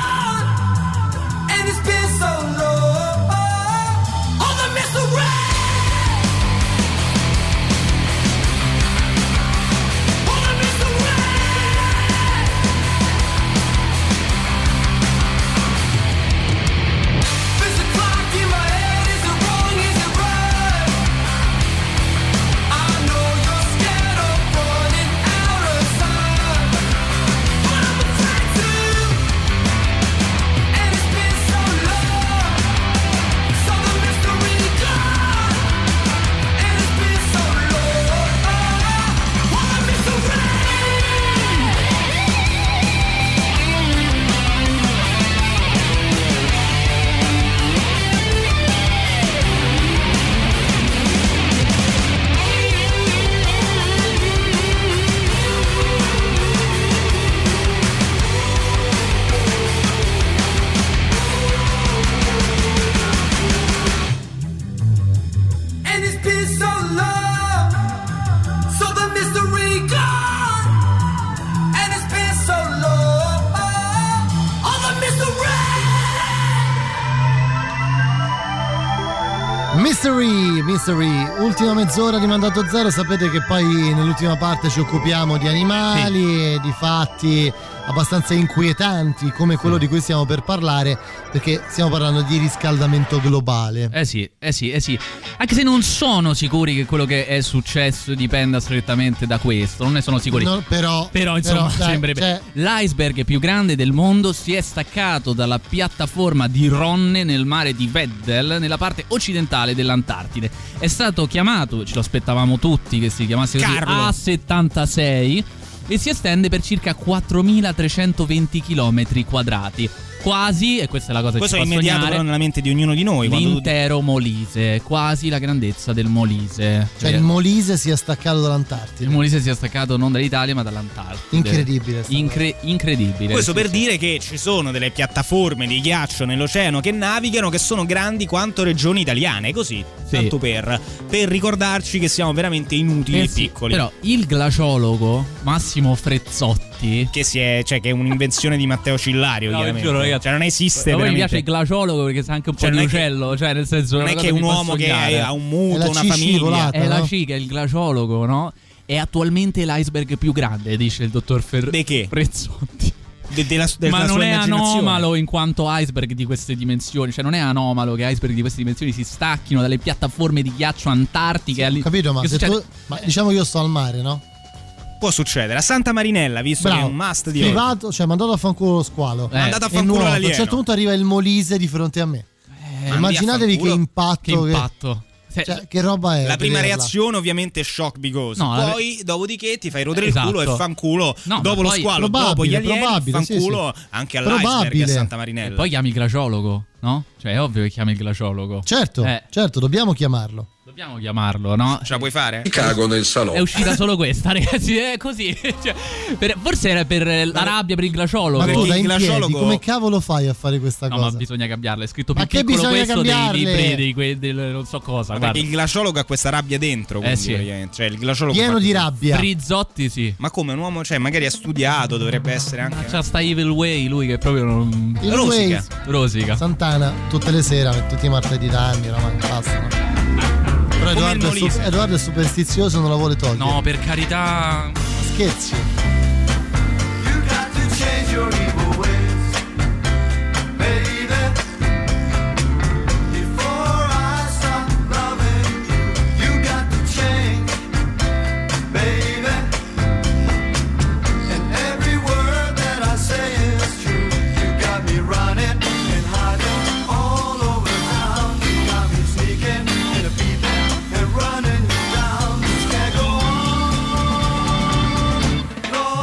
Mystery, Mystery, ultima mezz'ora di Mandato Zero. Sapete che poi nell'ultima parte ci occupiamo di animali sì. e di fatti abbastanza inquietanti come quello sì. di cui stiamo per parlare, perché stiamo parlando di riscaldamento globale. Eh sì, eh sì, eh sì. Anche se non sono sicuri che quello che è successo dipenda strettamente da questo, non ne sono sicuri. No, però, però insomma, però, dai, sembrerebbe. cioè... L'iceberg più grande del mondo si è staccato dalla piattaforma di Ronne nel mare di Weddell, nella parte occidentale dell'Antartide. È stato chiamato, ce lo aspettavamo tutti che si chiamasse così, A settantasei, e si estende per circa quattromilatrecentoventi chilometri quadrati. Quasi, e questa è la cosa questo che ci fa immediato sognare, però nella mente di ognuno di noi, l'intero Molise, quasi la grandezza del Molise. Cioè il Molise si è staccato dall'Antartide. Il Molise si è staccato non dall'Italia ma dall'Antartide. Incredibile. Incre- incredibile. Questo sì, per sì. dire che ci sono delle piattaforme di ghiaccio nell'oceano che navigano, che sono grandi quanto regioni italiane, così, sì. tanto per, per ricordarci che siamo veramente inutili eh e sì, piccoli. Però il glaciologo Massimo Frezzotti, che si è, cioè che è un'invenzione di Matteo Cillario, no, chiaramente. Giuro, ragazzi, cioè non esiste. Ma poi mi veramente. piace il glaciologo perché sa anche un cioè, po' di che, uccello, cioè nel senso non è che è un uomo che ha un mutuo, una famiglia. È no? la C, che è il glaciologo, no? È attualmente l'iceberg più grande, dice il dottor Fer- De che? Frezzotti. De, de la, de ma non è immaginazione. anomalo in quanto iceberg di queste dimensioni, cioè non è anomalo che iceberg di queste dimensioni si stacchino dalle piattaforme di ghiaccio antartiche. Sì, alli- capito, ma, che se succede? tu, ma diciamo che io sto al mare, no? Può succedere. A Santa Marinella, visto Bravo. che è un must di privato, cioè mandato a fanculo lo squalo. Eh. Mandato a E fanculo nuoto. l'alieno. A un certo punto arriva il Molise di fronte a me. Eh, Immaginatevi che impatto. Che impatto. Che, cioè, che roba è? La prima vederla. reazione ovviamente è shock because. No, poi la... dopodiché ti fai rodere esatto. il culo e fanculo no, dopo lo poi... squalo, probabile, dopo gli alieni, probabile, fanculo sì, sì. anche all'iceberg probabile. a Santa Marinella. E poi chiami il glaciologo, no? Cioè è ovvio che chiami il glaciologo. Certo, eh. certo, dobbiamo chiamarlo. Dobbiamo chiamarlo, no? Ce la puoi fare? Mi cago nel salotto. È uscita solo questa, ragazzi, è così. Cioè, per, forse era per la rabbia per il glaciologo. Ma tu il da in glaciologo... piedi, come cavolo fai a fare questa no, cosa? ma bisogna cambiarla. È scritto più ma che piccolo bisogna questo dei cambiarle? libri, dei, quei, del, non so cosa. Ma guarda. perché il glaciologo ha questa rabbia dentro, quindi, eh sì. cioè il glaciologo pieno di rabbia. Frizzotti, sì. Ma come un uomo, cioè magari ha studiato, dovrebbe essere anche. C'ha sta Evil Way, lui che proprio non Il rosica. Waze. rosica. Sant'Ana tutte le sere, tutti i martedì da anni, oramai basta. Però Edoardo è, su- Edoardo è superstizioso, non la vuole togliere. No, per carità. Scherzi. You got to change your evil ways, baby. Before I stop loving you, you got to change, baby. And every word that I say is true. You got me running and hiding all over town. You got me sneaking and a peeping and running you down. This can't go on.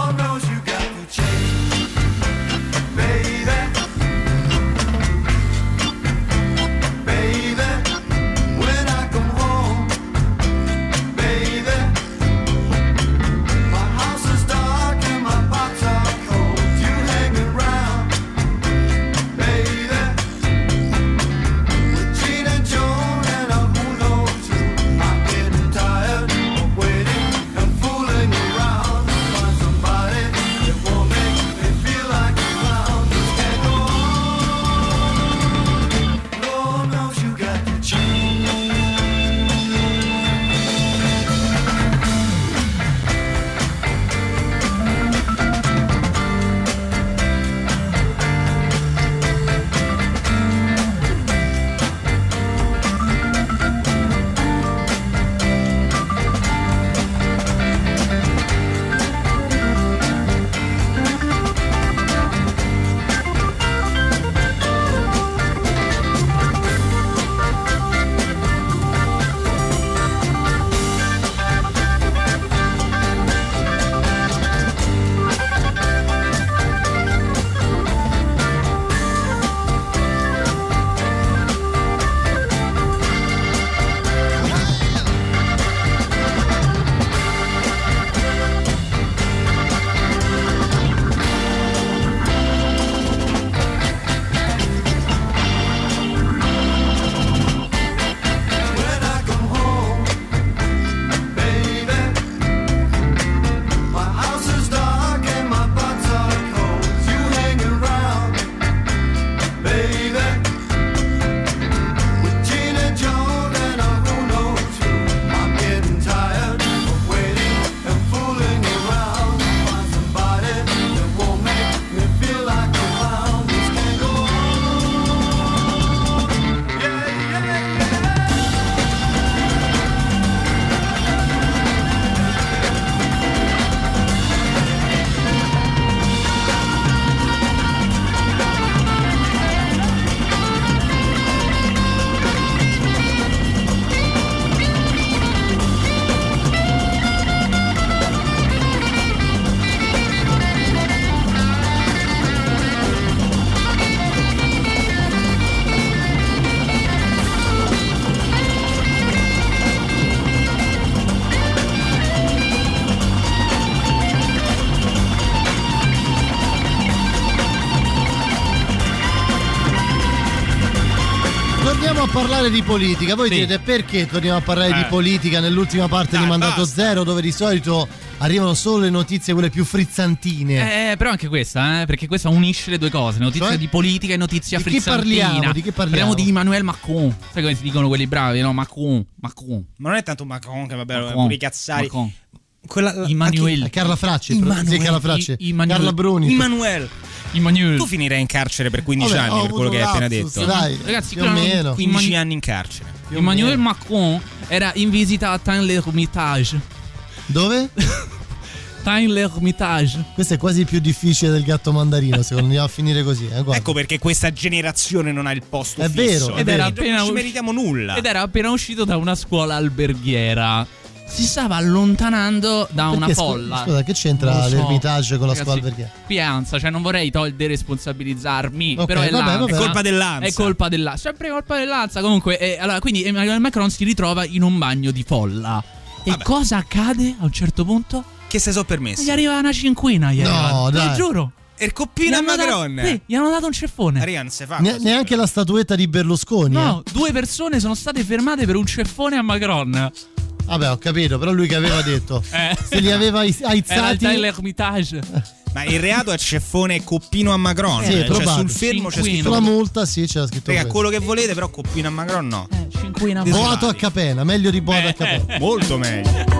torniamo a parlare di politica. Voi Sì. direte perché torniamo a parlare Eh. di politica nell'ultima parte Dai, di Mandato basta. Zero, dove di solito arrivano solo le notizie quelle più frizzantine. Eh, però anche questa, eh, perché questa unisce le due cose, notizia Cioè? di politica e notizia Di chi frizzantina. parliamo? Di chi parliamo? Parliamo di Emmanuel Macron. Sai come si dicono quelli bravi, no? Macron, Macron. Ma non è tanto Macron che vabbè, Macron, pure i cazzari. Macron. Quella, la- Emmanuel. Eh, Carla Fracci, Immanuel. sì, Carla Fracci. I- Emmanuel. Carla Bruni. Emmanuel. Emmanuel. Tu finirai in carcere per quindici Vabbè, anni ho per quello avuto che hai appena lapsus, detto. dai, Ragazzi, più o meno. quindici Emmanuel- anni in carcere. Più o Emmanuel meno. Macron era in visita a Tain-l'Hermitage. Dove? Tain-l'Hermitage. Questo è quasi più difficile del gatto mandarino, secondo me, a finire così. Eh, guarda. Ecco perché questa generazione non ha il posto È fisso. vero, è Ed vero. era appena non ci usci- meritiamo nulla. Ed era appena uscito da una scuola alberghiera. Si stava allontanando da una Perché, scu- folla. Scusa, che c'entra Non lo so. l'Ermitage con la Ragazzi, scuola alberghiera? Qui è ansia, cioè non vorrei tol- deresponsabilizzarmi. Ok, però è vabbè, l'ansia. vabbè. È colpa dell'Ansa. È colpa dell'ansia. Sempre colpa dell'ansia. Comunque, eh, allora, quindi Emmanuel Macron si ritrova in un bagno di folla. E Vabbè. cosa accade a un certo punto? Che se so Gli permessi. arriva una cinquina. Gli No, arriva. Te dai. lo giuro. E il Gli coppino a hanno dato- Macron. sì, gli hanno dato un ceffone. Arian se fa. Ne- così. neanche la statuetta di Berlusconi. No, eh. due persone sono state fermate per un ceffone a Macron. Vabbè, ho capito, però lui che aveva detto. Eh. Se li aveva ai- Era aizzati. il l'Hermitage. Ma il reato è ceffone e coppino a Macron. Sì, cioè probabile. sul fermo c'è Cinquino. scritto. Sulla multa, sì, c'era scritto. Raga, questo. quello che volete, però coppino a Macron no. Eh, cinquina a Desolati. Boato a Capena, meglio di Boato a Eh, Capena. Molto meglio.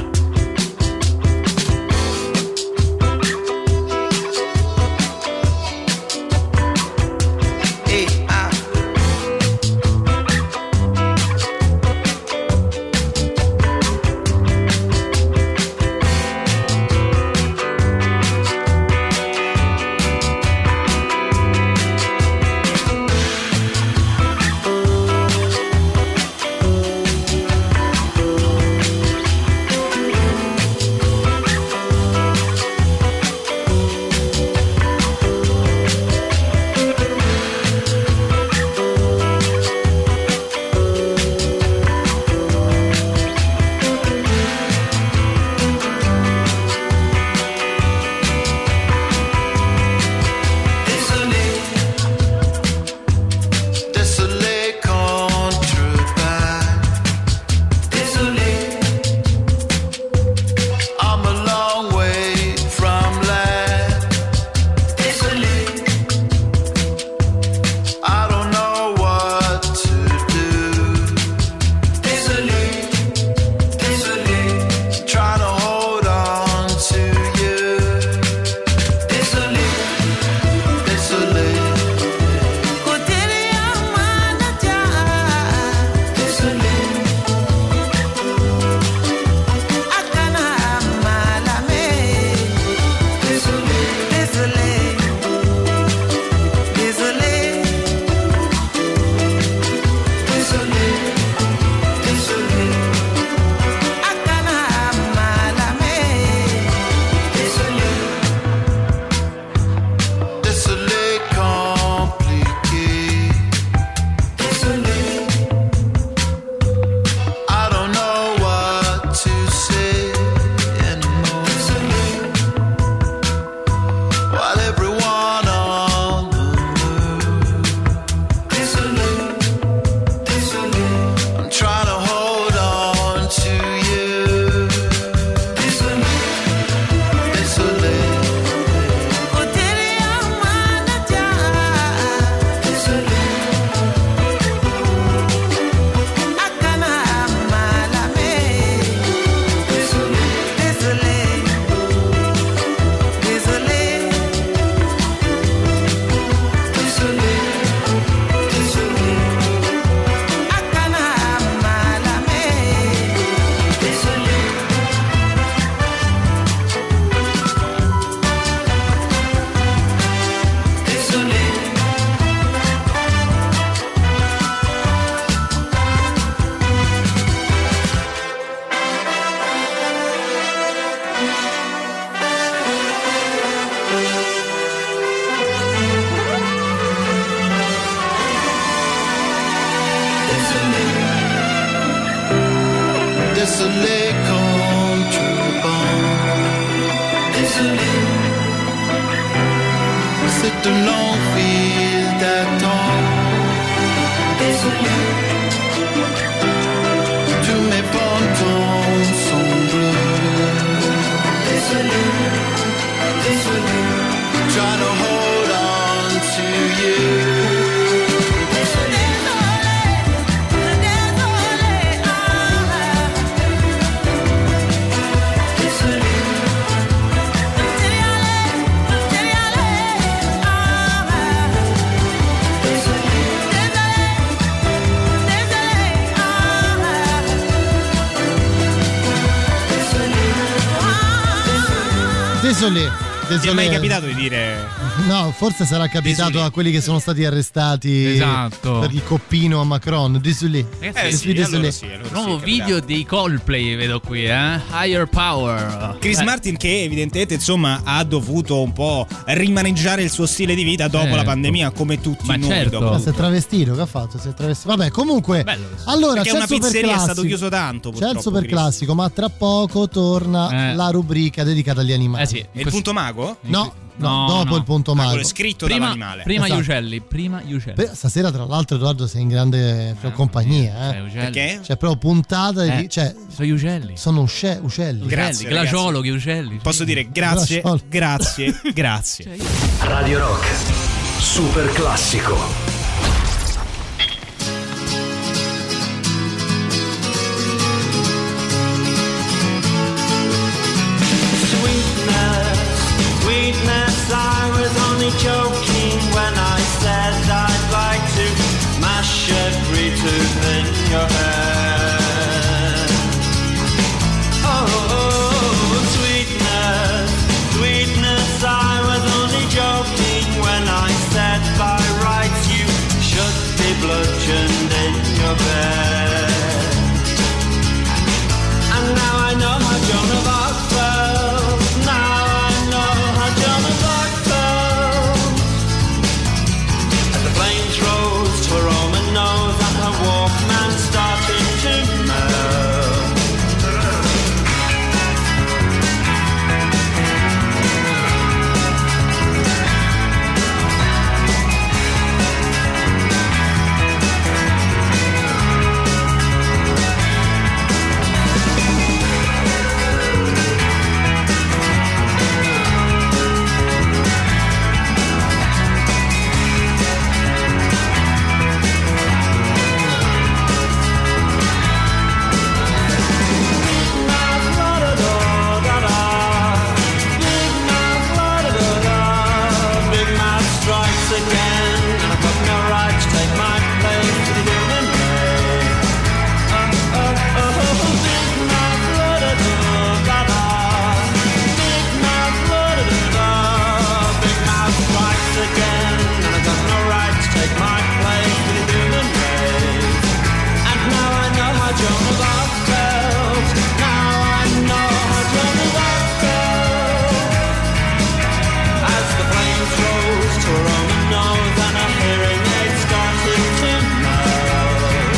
Désolé comme tu es bon. Désolé. C'est une longue file d'attente. Désolé. Tous mes pantons sont bleus. Désolé, désolé. Trying to hold on to you. Désolé. Ti è mai capitato di dire? No, forse sarà capitato Désolé. a quelli che sono stati arrestati Esatto. per il coppino a Macron. Désolé. Eh, Je sì, suis désolé. allora sì, allora Nuovo sì, video dei Coldplay vedo qui, eh? Higher Power. Chris Eh, Martin che evidentemente insomma ha dovuto un po' rimaneggiare il suo stile di vita dopo Certo. la pandemia, come tutti Ma noi certo. dopo. Ma si è travestito, che ha fatto? Si è travestito. Vabbè, comunque. Bello. Allora, Perché c'è una il super pizzeria è classico. stato chiuso tanto, C'è il purtroppo, super Chris. classico, ma tra poco torna Eh. la rubrica dedicata agli animali. Eh sì. E il punto mago? No, no, No, dopo no. il punto Ah, mago. quello è scritto Prima, dall'animale. prima Esatto. gli uccelli, prima gli uccelli. Beh, stasera, tra l'altro, Edoardo, sei in grande compagnia. Eh, Eh. uccelli. Perché? C'è proprio puntata Eh, di. Cioè, sono gli uccelli. sono usce- uccelli. Grazie, Uccelli, glaciologhi, uccelli. Posso dire grazie, Lascialo. grazie, grazie. Radio Rock. Super classico. Sweetness, sweetness, I was only joking when I said I'd like to mash every tooth in your head. Oh, oh, sweetness, sweetness, I was only joking when I said by rights you should be bludgeoned in your bed. And now I know how Joan of Arc felt. Now I know how Joan of Arc felt. As the flames rose to her Roman nose and her Walkman started to melt. Big mouth strikes again, and I've got no right to take my place to the human race. Oh, oh, oh, big mouth, la-da-da-da-da. Big mouth, la-da-da-da. Big mouth strikes again, and I've got no right to take my place to the human race. And now I know how Joan of Arc felt. Now I know how Joan of Arc felt. As the flames rose to her own nose and her hearing aid started to melt.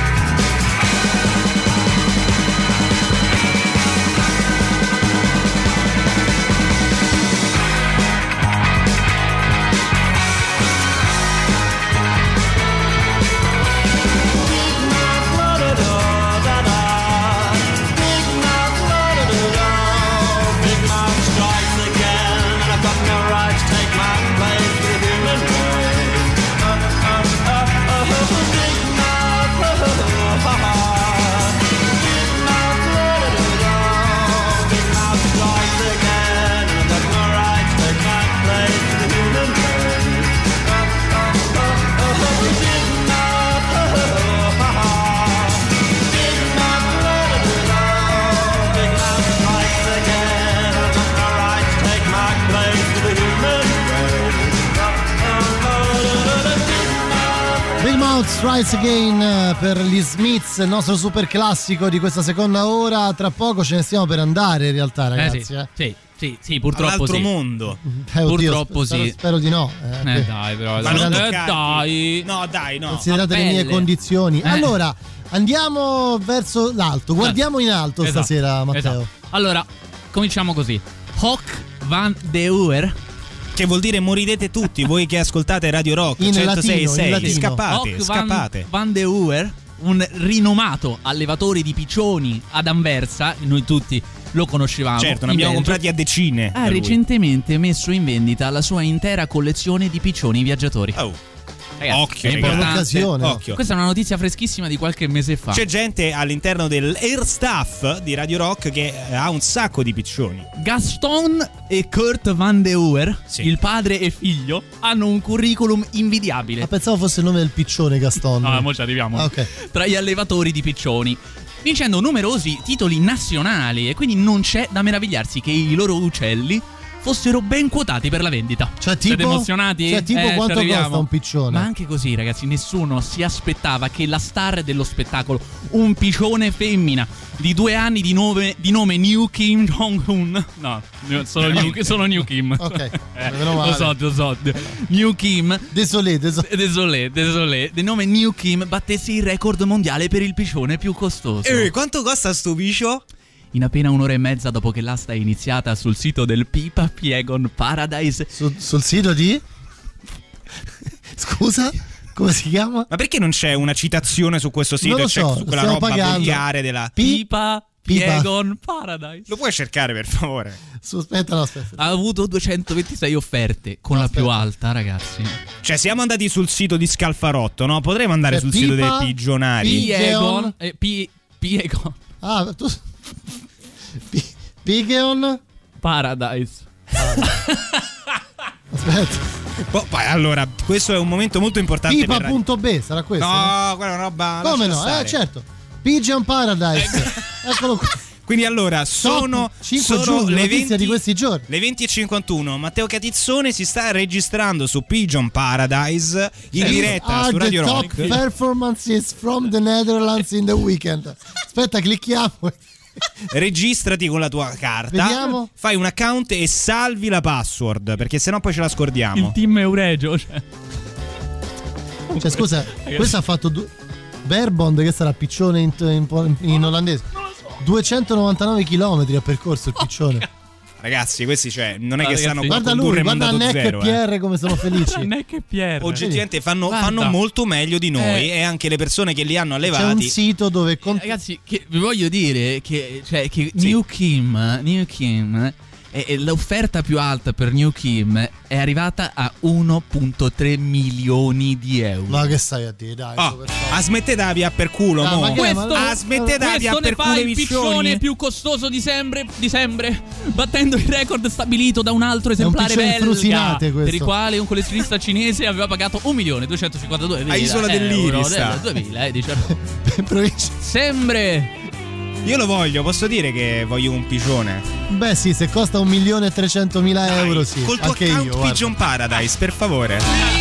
Big mouth, la-da-da-da-da. Big mouth, la-da-da-da. Big mouth strikes again, and I've got no right to take my place with the human race. Oh, oh, oh, oh, big mouth, la-da-da-da. Big mouth, la-da-da-da. Big mouth strikes again, and I've got no right to take my place with the human race. Oh, oh, oh, oh, big mouth, la-da-da-da. Big mouth, la-da-da-da. Big mouth strikes again, and I've got no right to take my place with the human race. Oh, oh, oh, da-da-da. Big Mouth Strikes Again eh, per gli Smiths, il nostro super classico di questa seconda ora. Tra poco ce ne stiamo per andare, in realtà, Eh ragazzi. sì, eh. sì, sì, sì, purtroppo All'altro sì. mondo. Eh, oddio, Purtroppo spero, sì. Spero di no. Eh, Eh che- dai, però. Ma non eh, toccarti. dai. No, dai, no. Considerate le mie pelle. condizioni. Eh. Allora, andiamo verso l'alto. Guardiamo in alto Esatto, stasera, Matteo. esatto. Allora, cominciamo così. Hock van de Uer. Che Che vuol dire morirete tutti voi che ascoltate Radio Rock In centosei e latino, in sei. latino. Scappate, Hoc scappate. Van, Van de Uwer, un rinomato allevatore di piccioni ad Anversa, noi tutti lo conoscevamo. Certo, ne in abbiamo Belgio, comprati a decine. ha da lui. recentemente messo in vendita la sua intera collezione di piccioni viaggiatori. Oh. Ragazzi, Occhio, è ragazzi. importante. Occasione. Occhio. Questa è una notizia freschissima di qualche mese fa. C'è gente all'interno dell'air staff di Radio Rock che eh, ha un sacco di piccioni. Gaston e Kurt Van de Uwer, Sì. il padre e figlio, hanno un curriculum invidiabile. Ma pensavo fosse il nome del piccione Gaston. No, mo ci arriviamo. Ah, ok. Tra gli allevatori di piccioni, vincendo numerosi titoli nazionali, e quindi non c'è da meravigliarsi che i loro uccelli fossero ben quotati per la vendita. Cioè, Siete tipo- emozionati? cioè, tipo Eh, ci quanto arriviamo. costa un piccione? Ma anche così, ragazzi, nessuno si aspettava che la star dello spettacolo, un piccione femmina di due anni di nome, di nome New Kim Jong-un, no, sono New, sono New Kim. Ok, Eh, meno male. lo so, lo so. New Kim, Désolé, désolé. désolé, désolé, del nome New Kim, battesse il record mondiale per il piccione più costoso. Eh, quanto costa sto piscio? In appena un'ora e mezza dopo che l'asta è iniziata sul sito del Pipa Piegon Paradise. Su- sul sito di? Scusa? Come si chiama? Ma perché non c'è una citazione su questo sito? Non lo C'è so, su quella stiamo roba pagando. volgare della... Pipa Pipa. Piegon Paradise. Lo puoi cercare per favore? Su, aspetta, no, aspetta. Ha avuto duecentoventisei offerte, con No, la più aspetta. alta, ragazzi. Cioè siamo andati sul sito di Scalfarotto, no? Potremmo andare C'è sul sito Pipa, dei pigionari. Pi- Piegon, eh, Pi- Piegon Ah, tu... Pi- Pigeon? Paradise. Aspetta. Oh, poi, allora, questo è un momento molto importante per... Pipa.b, sarà questo? No, quella è una roba... Come lascia no? stare. Eh, certo. Pigeon Paradise. Eccolo qua. Quindi allora, sono, cinque sono giugno, le notizia venti di questi giorni. Le venti e cinquantuno. Matteo Catizzone si sta registrando su Pigeon Paradise in diretta Are su the Radio top Rock. performances from the Netherlands in the weekend. Aspetta, clicchiamo. Registrati con la tua carta. Vediamo. Fai un account e salvi la password, perché sennò poi ce la scordiamo. Il team Euregio, cioè. Cioè, scusa, questo ha fatto du- Verbond, che sarà piccione in, in, in olandese. duecentonovantanove chilometri ha percorso il piccione. Ragazzi, questi cioè non è Ah, che ragazzi, stanno qua a Guarda condurre lui, guarda mandato Neck zero. e Pierre come sono felici. Neck e Pierre. Oggettivamente fanno, Guarda. fanno molto meglio di noi Eh. e anche le persone che li hanno C'è un allevati. sito dove con- Ragazzi, che vi voglio dire che, cioè, che Sì. New Kim, New Kim è, è l'offerta più alta per New Kim è arrivata a uno virgola tre milioni di euro. Ma che stai a dire, dai, Ah, super forte. ah, smettete la via per culo, Ah, mo. ma che- Questo, ma- ah, smettete la via questo per ne culo fa i il piccioni. piccione più costoso di sempre, di sempre, battendo il record stabilito da un altro esemplare piccione belga, frusinate, questo. per il quale un collezionista cinese aveva pagato un milione duecentocinquantadue A Isola dell'Iris, sta. duemiladici. Provincia- Sempre. Io lo voglio, posso dire che voglio un piccione. Beh sì, se costa un milione e trecentomila euro sì. Col tuo Anche account io, guarda. Pigeon Paradise, per favore.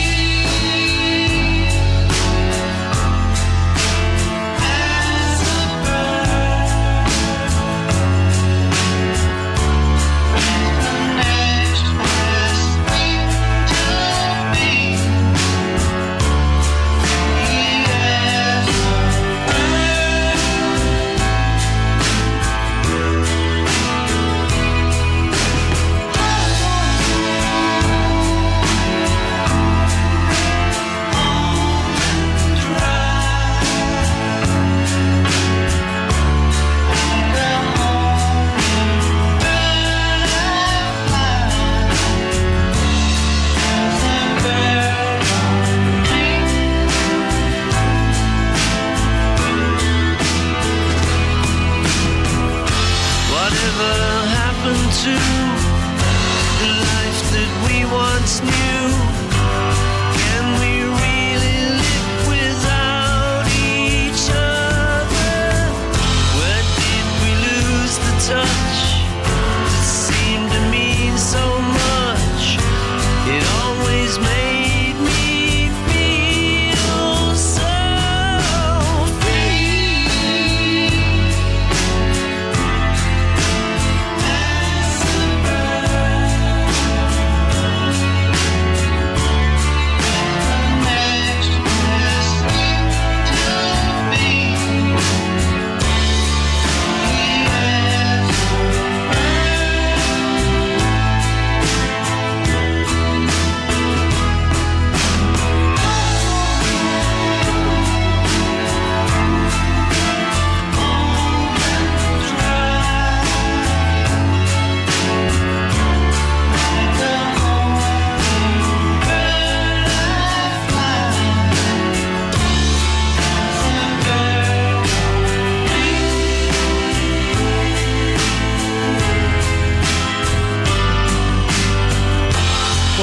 Whatever happened to the life that we once knew? Can we really live without each other? Where did we lose the touch that seemed to mean so much? It always made me feel so free.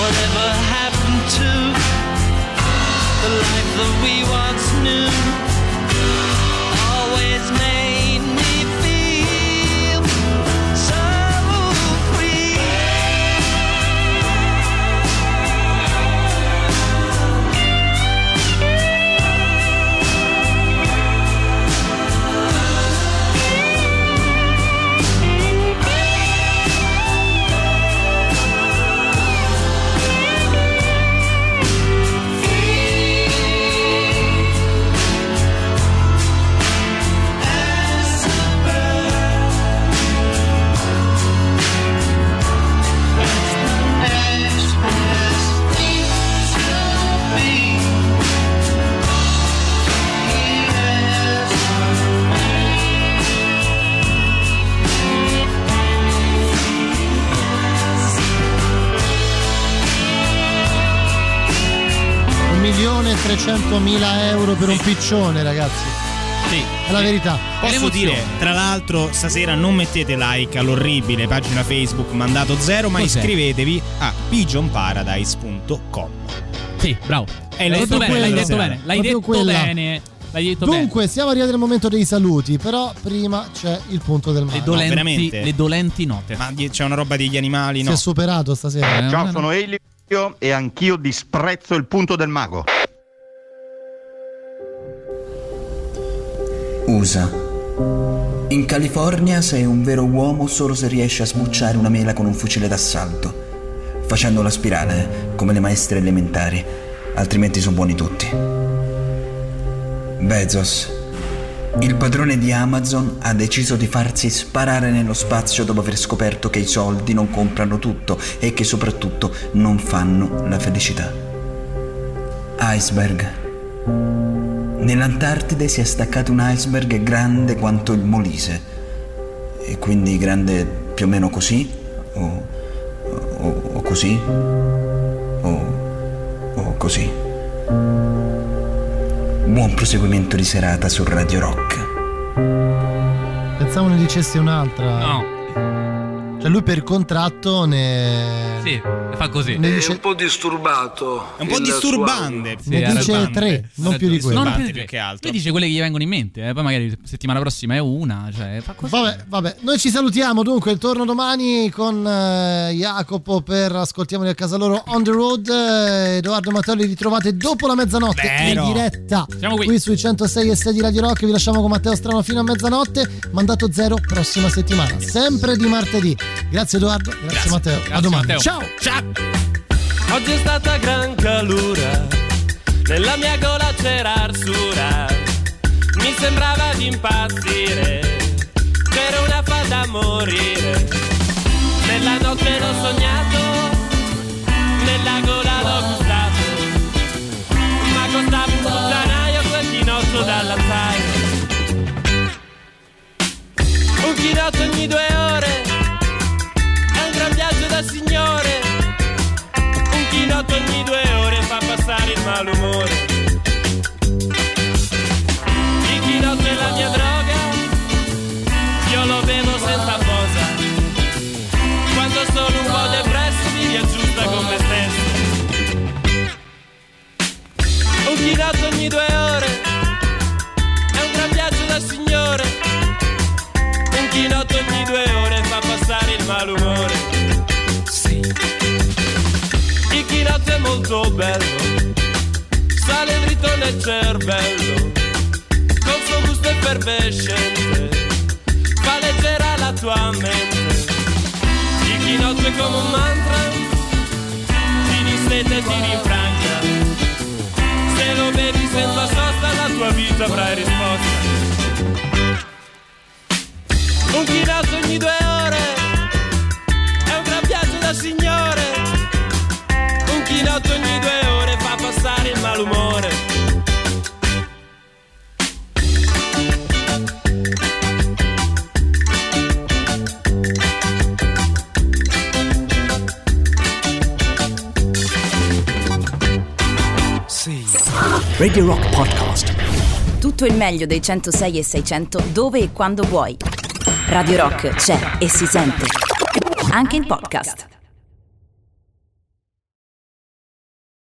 whatever happened to the life that we once knew always made me feel so free. un milione e trecentomila euro per un piccione, ragazzi. Sì, è la verità. Posso dire, tra l'altro, stasera non mettete like all'orribile pagina Facebook Mandato Zero, ma Cos'è? iscrivetevi a pigeon paradise punto com. Sì, bravo. Eh, l'hai detto proprio bene, l'hai quella. detto bene. L'hai Proprio detto quella. bene. L'hai detto Dunque, siamo arrivati al momento dei saluti, però prima c'è il punto del mare. Le dolenti, veramente? le dolenti note. Ma di- c'è una roba degli animali, Si no? è superato stasera. Eh, Ciao, no, sono Elio e anch'io disprezzo il punto del mago. U S A. In California sei un vero uomo solo se riesci a sbucciare una mela con un fucile d'assalto, facendo la spirale come le maestre elementari, altrimenti sono buoni tutti. Bezos. Il padrone di Amazon ha deciso di farsi sparare nello spazio dopo aver scoperto che i soldi non comprano tutto e che soprattutto non fanno la felicità. Iceberg. Nell'Antartide si è staccato un iceberg grande quanto il Molise, e quindi grande più o meno così, o, o, o così, o, o così. Buon proseguimento di serata su Radio Rock. Pensavo ne dicessi un'altra. No. Cioè lui per contratto ne... Sì, fa così. Ne È dice, un po' disturbato. È un po' il disturbante. suo- ne ha dice ragione. tre, non più di quello. Non Disturbante più più di che altro. Lui dice quelle che gli vengono in mente, eh, poi magari settimana prossima è una, cioè fa così. Vabbè, vabbè, noi ci salutiamo dunque, il torno domani con eh, Jacopo per Ascoltiamoli a casa loro on the road. eh, Edoardo e Matteo li ritrovate dopo la mezzanotte Vero. in diretta Siamo qui. qui sui centosei e sei di Radio Rock. Vi lasciamo con Matteo Strano fino a mezzanotte. Mandato Zero prossima settimana, sempre di martedì. Grazie Edoardo, grazie, Grazie. Matteo. Grazie, A domani. Matteo. Ciao. Ciao. Oggi è stata gran calura, nella mia gola c'era arsura, mi sembrava di impazzire, c'era una fa da morire, nella notte l'ho sognato, nella gola l'ho gustato, ma costava un puttanaio quel chinotto dall'altaio, un chinotto ogni due ore, è un gran viaggio da signore, un chinotto ogni due ore fa passare il malumore. Il chinotto è la mia droga, io lo bevo senza posa. Quando sono un po' depresso mi riaggiusta con me stesso. Un chinotto ogni due ore, è un gran viaggio da signore. Un chinotto ogni due ore fa passare il malumore. Sì. Il chinotto è molto bello, sale dritto nel cervello, col suo gusto effervescente, fa leggera la tua mente. Il chinotto è come un mantra, ti distende e ti rinfranca, se lo bevi senza sosta la tua vita avrai risposta. Un chinotto ogni due ore, è un gran viaggio da signore. Un chinotto ogni due ore fa passare il malumore. Radio Rock Podcast. Tutto il meglio dei centosei e seicento dove e quando vuoi. Radio Rock c'è e si sente. Anche in podcast.